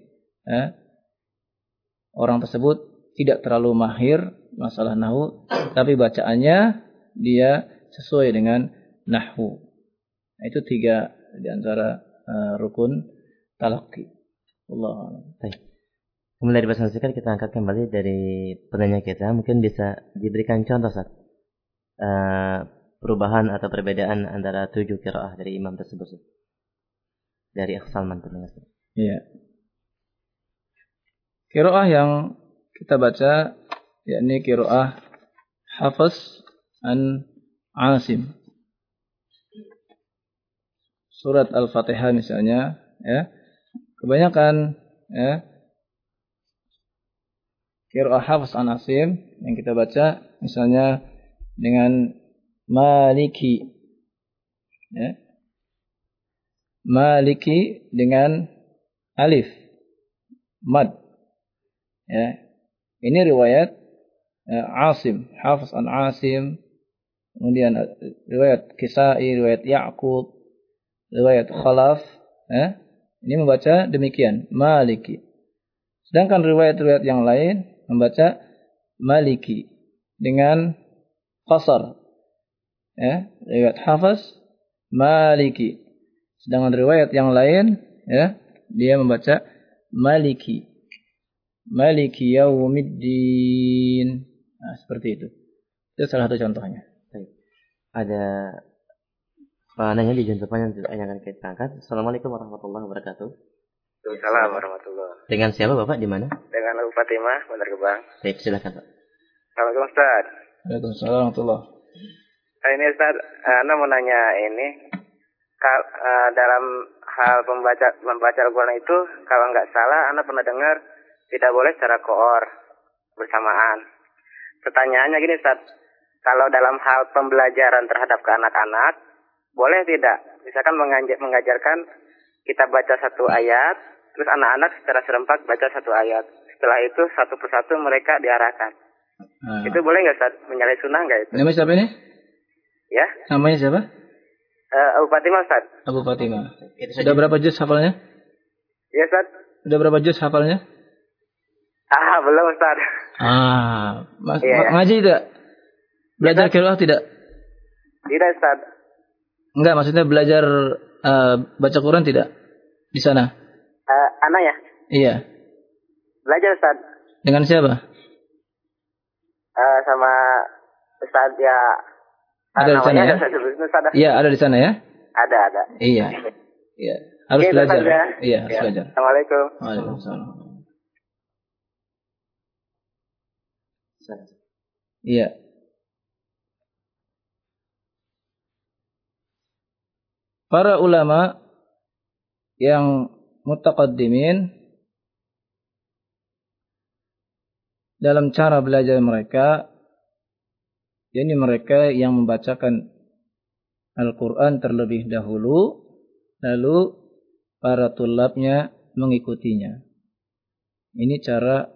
orang tersebut tidak terlalu mahir masalah nahwu, tapi bacaannya dia sesuai dengan nahwu. Nah, itu 3 di antara rukun talaqqi. Wallahu a'lam. Kemudian dari pesan singkat kita angkat kembali dari penanya kita, mungkin bisa diberikan contoh, Ustaz. perubahan atau perbedaan antara 7 qiraah dari imam tersebut? Dari Akh Salman tentunya. Iya. Qiraah yang kita baca yakni qiraah Hafs an Asim. Surat Al-Fatihah misalnya, ya. Kebanyakan ya qiraah Hafs an Asim yang kita baca misalnya dengan Maliki, ya. Maliki dengan alif mad, ya. Ini riwayat Asim, Hafs an Asim, kemudian riwayat Kisai, riwayat Ya'qub, riwayat Khalaf, ya. Ini membaca demikian, Maliki. Sedangkan riwayat-riwayat yang lain membaca Maliki dengan qasar, ya. Riwayat Hafs Maliki. Sedangkan riwayat yang lain, ya, dia membaca Maliki. Maliki yaumiddin. Nah, seperti itu. Itu salah satu contohnya. Ada nanya di jantungnya yang akan kita angkat. Assalamualaikum warahmatullahi wabarakatuh. Waalaikumsalam warahmatullahi. Dengan siapa Bapak, di mana? Dengan Abu Fatimah, Bandar Gebang. Baik, silakan Pak. Assalamualaikum Ustaz. Waalaikumsalam warahmatullahi. Ini Ustaz, Anda mau nanya ini, dalam hal membaca Al-Quran itu, kalau nggak salah, Anda pernah dengar tidak boleh secara koor bersamaan. Pertanyaannya gini Ustaz, kalau dalam hal pembelajaran terhadap ke anak-anak, boleh tidak? Misalkan mengajarkan kita baca satu ayat, terus anak-anak secara serempak baca satu ayat. Setelah itu satu persatu mereka diarahkan. Itu boleh nggak Ustaz? Menyalahi sunnah nggak itu? Namanya siapa ini? Ya? Namanya siapa? Abu Fatimah Ustaz. Abu Fatimah. Sudah berapa juz hafalnya? Ya Ustaz. Sudah berapa juz hafalnya? Belum Ustaz. Ngaji tidak? Belajar qiraah tidak? Tidak Ustaz. Enggak, maksudnya belajar baca Quran tidak? Di sana? Anak ya? Iya. Belajar Ustaz. Dengan siapa? Sama Ustaz ya. Ada di sana ya? Iya, ada di sana ya? Ada. Iya. Iya. Harus belajar. Iya, harus belajar. Assalamualaikum. Waalaikumsalam. Iya. Para ulama yang mutaqaddimin dalam cara belajar mereka, yakni mereka yang membacakan Al-Quran terlebih dahulu, lalu para tulabnya mengikutinya. Ini cara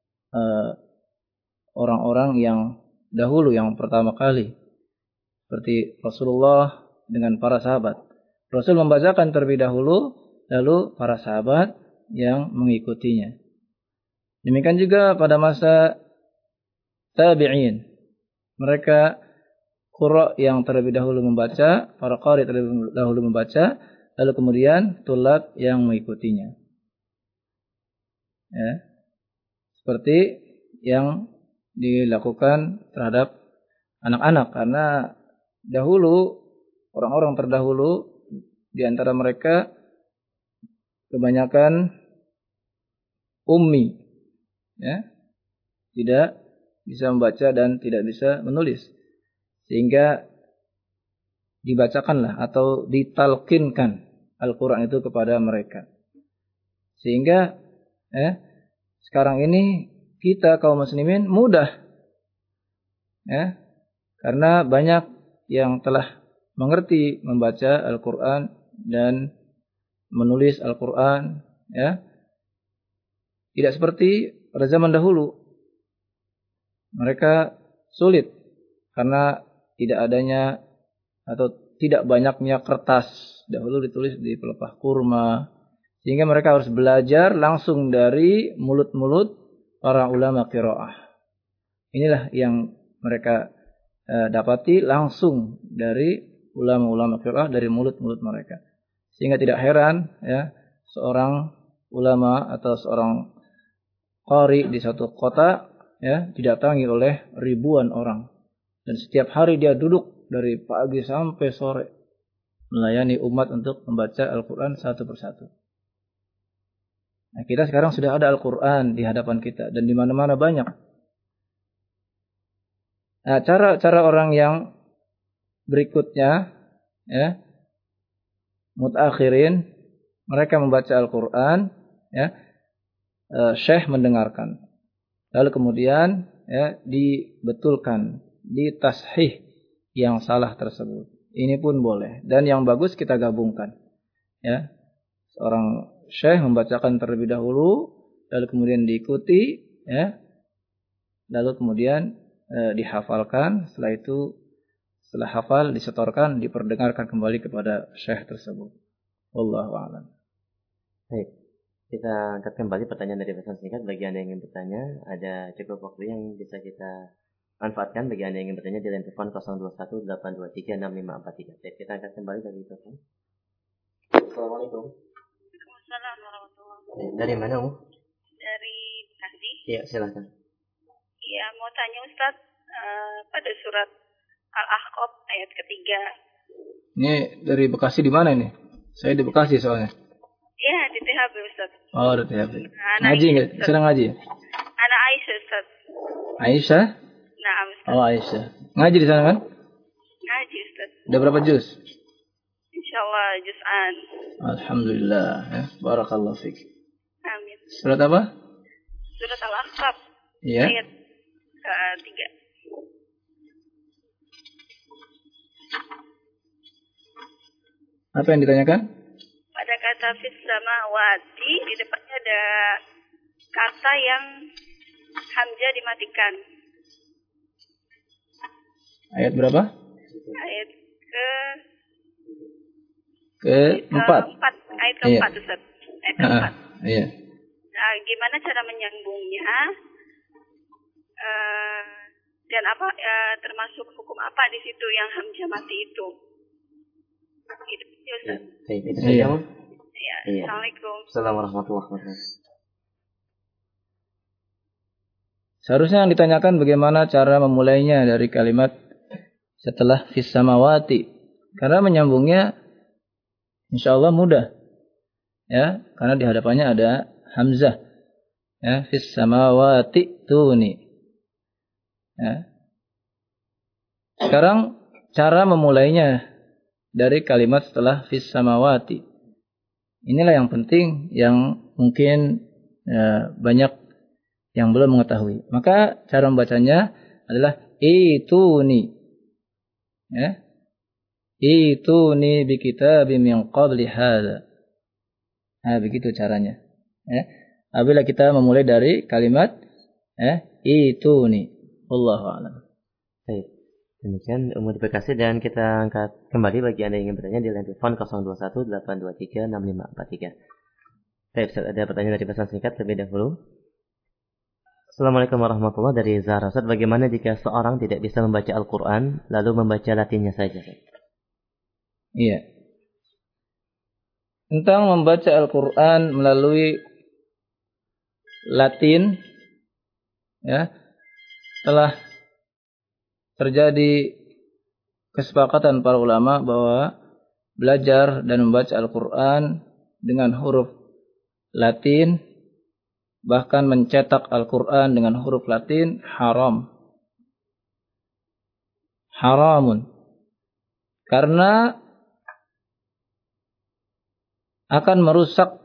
orang-orang yang dahulu, yang pertama kali. Seperti Rasulullah dengan para sahabat. Rasul membacakan terlebih dahulu, lalu para sahabat yang mengikutinya. Demikian juga pada masa tabi'in. Mereka qurra yang terlebih dahulu membaca, para qari terlebih dahulu membaca, lalu kemudian tulab yang mengikutinya. Ya. Seperti yang dilakukan terhadap anak-anak, karena dahulu orang-orang terdahulu di antara mereka kebanyakan ummi, ya, tidak bisa membaca dan tidak bisa menulis, sehingga dibacakanlah atau ditalqinkan Al-Quran itu kepada mereka, sehingga sekarang ini kita kaum muslimin mudah, ya, karena banyak yang telah mengerti membaca Al-Quran dan menulis Al-Quran, ya. Tidak seperti pada zaman dahulu. Mereka sulit karena tidak adanya atau tidak banyaknya kertas. Dahulu ditulis di pelepah kurma, sehingga mereka harus belajar langsung dari mulut-mulut para ulama qiraah. Inilah yang mereka dapati langsung dari ulama-ulama qiraah, dari mulut-mulut mereka. Sehingga tidak heran, ya, seorang ulama atau seorang qari di satu kota, ya, didatangi oleh ribuan orang, dan setiap hari dia duduk dari pagi sampai sore melayani umat untuk membaca Al-Quran satu persatu. Nah, kita sekarang sudah ada Al-Quran di hadapan kita dan di mana-mana banyak. Nah, cara orang yang berikutnya, ya, mutakhirin, mereka membaca Al-Quran, ya, syekh mendengarkan, lalu kemudian, ya, dibetulkan, ditashih yang salah tersebut. Ini pun boleh. Dan yang bagus kita gabungkan, ya, seorang syekh membacakan terlebih dahulu, lalu kemudian diikuti, ya, lalu kemudian dihafalkan. Setelah itu, setelah hafal disetorkan, diperdengarkan kembali kepada syekh tersebut. Wallahu a'lam. Baik, kita angkat kembali pertanyaan dari pesan singkat. Bagi Anda yang ingin bertanya, ada cukup waktu yang bisa kita manfaatkan. Bagi Anda yang ingin bertanya di line telepon 0218236543. Baik, kita angkat kembali dari telepon. Assalamualaikum. Waalaikumsalam warahmatullahi wabarakatuh. Dari mana, Bu? Dari Bekasi. Iya, silakan. Iya, mau tanya Ustadz, pada surat Al-Ahqaf ayat ketiga. Ini dari Bekasi di mana ini? Saya di Bekasi soalnya. Iya, di THB Ustadz. Oh, di THB. Ngaji nggak? Sedang ngaji ya? Anak Aisyah Ustadz. Aisyah? Nah, Ustadz. Oh, Aisyah. Ngaji di sana kan? Ngaji Ustadz. Udah berapa juz? Insyaallah juz'an. Alhamdulillah, ya. Barakallahu fiik. Amin. Surat apa? Surat Al-Ahqaf Iya. ayat ketiga. Apa yang ditanyakan? Pada kata fis samawati di depannya ada kata yang hamzah dimatikan. Ayat berapa? Ayat keempat. Ayat keempat, Iya. Ustaz. Ayat keempat. Iya. Nah, gimana cara menyambungnya? Dan apa termasuk hukum apa di situ yang hamzah mati itu? Itu Ustaz. Baik, itu Iya. saja. Ya, Iya. Assalamualaikum. Assalamualaikum warahmatullahi wabarakatuh. Seharusnya yang ditanyakan bagaimana cara memulainya dari kalimat setelah fis samawati. Karena menyambungnya insyaallah mudah. Ya, karena di hadapannya ada hamzah. Ya, fis samawati tuni. Ya. Sekarang cara memulainya dari kalimat setelah fis samawati. Inilah yang penting, yang mungkin banyak yang belum mengetahui. Maka cara membacanya adalah ituni. Ya. Ituni bi kitabim min qabli hadza. Nah, begitu caranya. Ya. Apabila kita memulai dari kalimat ituni. Wallahu a'lam. Baik. Demikian umur Bekasi, dan kita angkat kembali bagi Anda yang ingin bertanya di line telepon 0218236543. Baik, ada pertanyaan dari pesan singkat terlebih dahulu. Assalamualaikum warahmatullahi wabarakatuh. Dari Zahra, Ustaz, bagaimana jika seorang tidak bisa membaca Al-Quran lalu membaca Latinnya saja? Iya. Tentang membaca Al-Quran melalui Latin, ya, telah terjadi kesepakatan para ulama bahwa belajar dan membaca Al-Quran dengan huruf Latin, bahkan mencetak Al-Quran dengan huruf Latin, haram. Haramun. Karena akan merusak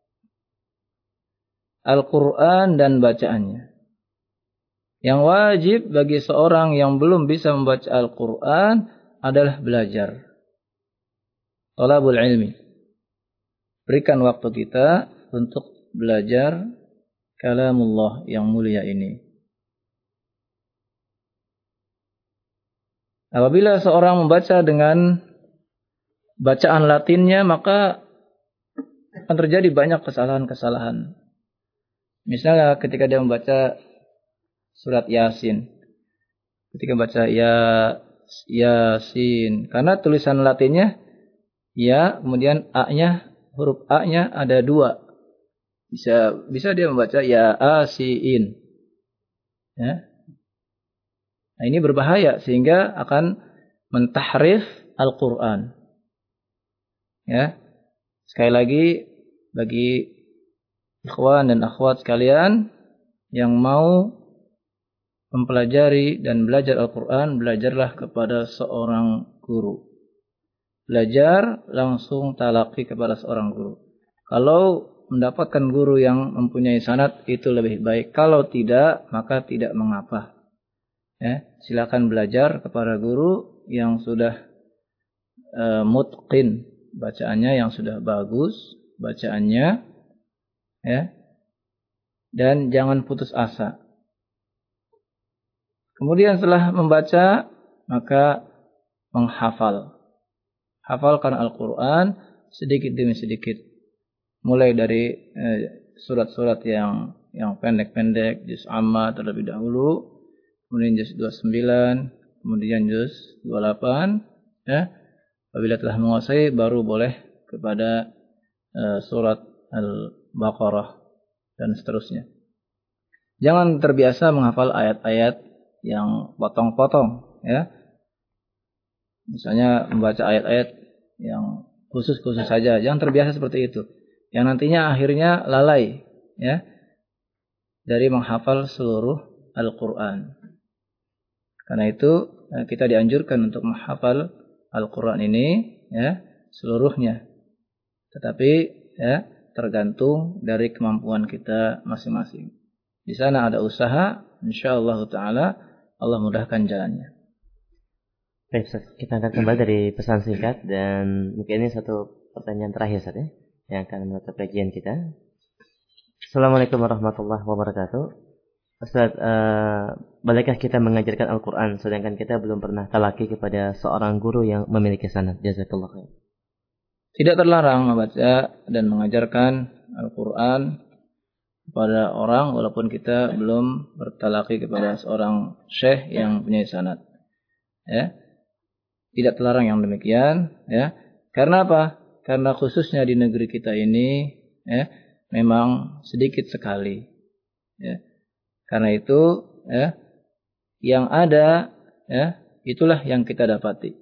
Al-Quran dan bacaannya. Yang wajib bagi seorang yang belum bisa membaca Al-Quran adalah belajar. Thalabul ilmi. Berikan waktu kita untuk belajar kalamullah yang mulia ini. Apabila seorang membaca dengan bacaan Latinnya, maka akan terjadi banyak kesalahan-kesalahan. Misalnya ketika dia membaca surat Yasin. Ketika baca Yasin. Karena tulisan Latinnya ya, kemudian A-nya, huruf A-nya ada 2. Bisa dia membaca Yasin. Ya. Nah, ini berbahaya sehingga akan mentahrif Al-Quran. Ya, sekali lagi bagi ikhwan dan akhwat sekalian yang mau mempelajari dan belajar Al-Quran, belajarlah kepada seorang guru. Belajar langsung talaqi kepada seorang guru. Kalau mendapatkan guru yang mempunyai sanad itu lebih baik. Kalau tidak, maka tidak mengapa. Ya, silakan belajar kepada guru yang sudah mutqin bacaannya, yang sudah bagus bacaannya, ya. Dan jangan putus asa. Kemudian setelah membaca, maka menghafal. Hafalkan Al-Quran sedikit demi sedikit. Mulai dari surat-surat yang pendek-pendek, juz amma terlebih dahulu, kemudian juz 29, kemudian juz 28, ya. Apabila telah menguasai, baru boleh kepada surat Al-Baqarah dan seterusnya. Jangan terbiasa menghafal ayat-ayat yang potong-potong, ya. Misalnya membaca ayat-ayat yang khusus-khusus saja, jangan terbiasa seperti itu. Yang nantinya akhirnya lalai, ya, dari menghafal seluruh Al-Quran. Karena itu kita dianjurkan untuk menghafal Al-Quran ini, ya, seluruhnya. Tetapi ya, tergantung dari kemampuan kita masing-masing. Di sana ada usaha, insyaallah taala Allah mudahkan jalannya. Baik, kita akan kembali dari pesan singkat dan mungkin ini satu pertanyaan terakhir Ustaz, ya, yang akan menutup kajian kita. Assalamualaikum warahmatullahi wabarakatuh. Ustaz, bolehkah kita mengajarkan Al-Quran sedangkan kita belum pernah talaki kepada seorang guru yang memiliki sanad? Jazakallah khair. Tidak terlarang membaca dan mengajarkan Al-Quran kepada orang walaupun kita belum bertalaki kepada seorang syekh yang punya sanad. Ya. Tidak terlarang yang demikian, ya. Karena apa? Karena khususnya di negeri kita ini, ya, memang sedikit sekali, ya. Karena itu, ya, yang ada, ya, itulah yang kita dapati.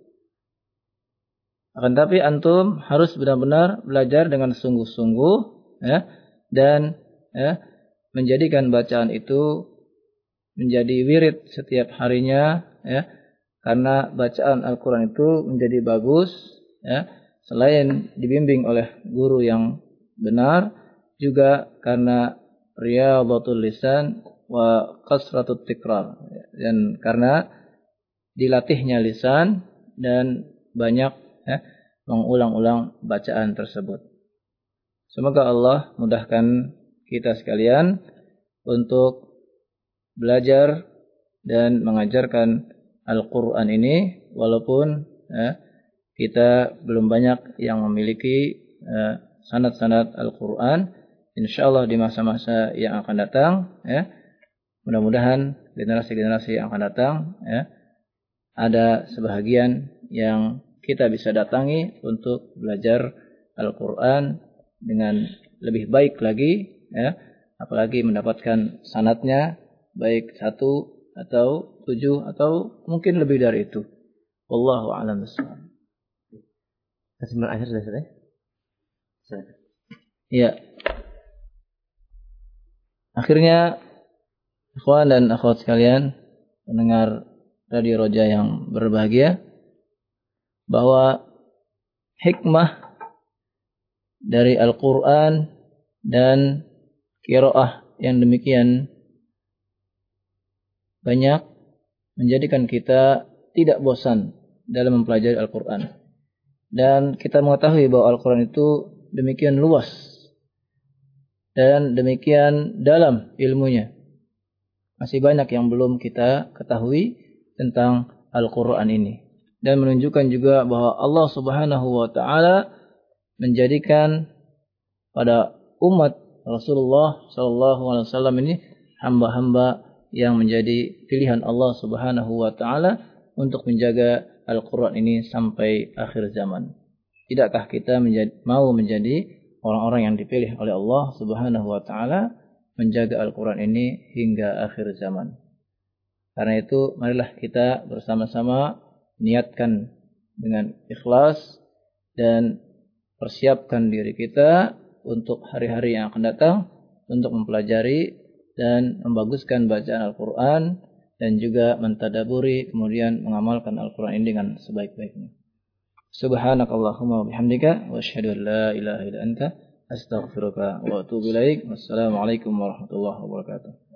Akan tapi antum harus benar-benar belajar dengan sungguh-sungguh, ya, dan ya, menjadikan bacaan itu menjadi wirid setiap harinya, ya. Karena bacaan Al-Quran itu menjadi bagus, ya, selain dibimbing oleh guru yang benar, juga karena riyadhatul lisan wa kasratut tikrar, dan karena dilatihnya lisan dan banyak, ya, mengulang-ulang bacaan tersebut. Semoga Allah mudahkan kita sekalian untuk belajar dan mengajarkan Al-Quran ini, walaupun kita belum banyak yang memiliki sanad-sanad Al-Quran. InsyaAllah di masa-masa yang akan datang, ya, mudah-mudahan generasi-generasi yang akan datang, ya, ada sebahagian yang kita bisa datangi untuk belajar Al-Quran dengan lebih baik lagi, ya, apalagi mendapatkan sanadnya baik 1 atau 7 atau mungkin lebih dari itu. Wallahu a'lam bishawab. Kesimpulan akhir sudah selesai? Ya. Akhirnya, ikhwan dan akhwat sekalian, pendengar Radio Roja yang berbahagia, bahwa hikmah dari Al-Quran dan qiraah yang demikian banyak menjadikan kita tidak bosan dalam mempelajari Al-Quran. Dan kita mengetahui bahwa Al-Quran itu demikian luas dan demikian dalam ilmunya. Masih banyak yang belum kita ketahui tentang Al-Quran ini. Dan menunjukkan juga bahwa Allah Subhanahu wa Ta'ala menjadikan pada umat Rasulullah SAW ini hamba-hamba yang menjadi pilihan Allah Subhanahu wa Ta'ala untuk menjaga Al-Quran ini sampai akhir zaman. Tidakkah kita mau menjadi orang-orang yang dipilih oleh Allah Subhanahu wa Ta'ala menjaga Al-Quran ini hingga akhir zaman? Karena itu marilah kita bersama-sama niatkan dengan ikhlas dan persiapkan diri kita untuk hari-hari yang akan datang untuk mempelajari dan membaguskan bacaan Al-Quran dan juga mentadaburi kemudian mengamalkan Al-Quran ini dengan sebaik-baiknya. Subhanakallahumma wa bihamdika wa asyhadu an la ilaha illa anta astaghfiruka wa atubu ilaik. Wassalamualaikum warahmatullahi wabarakatuh.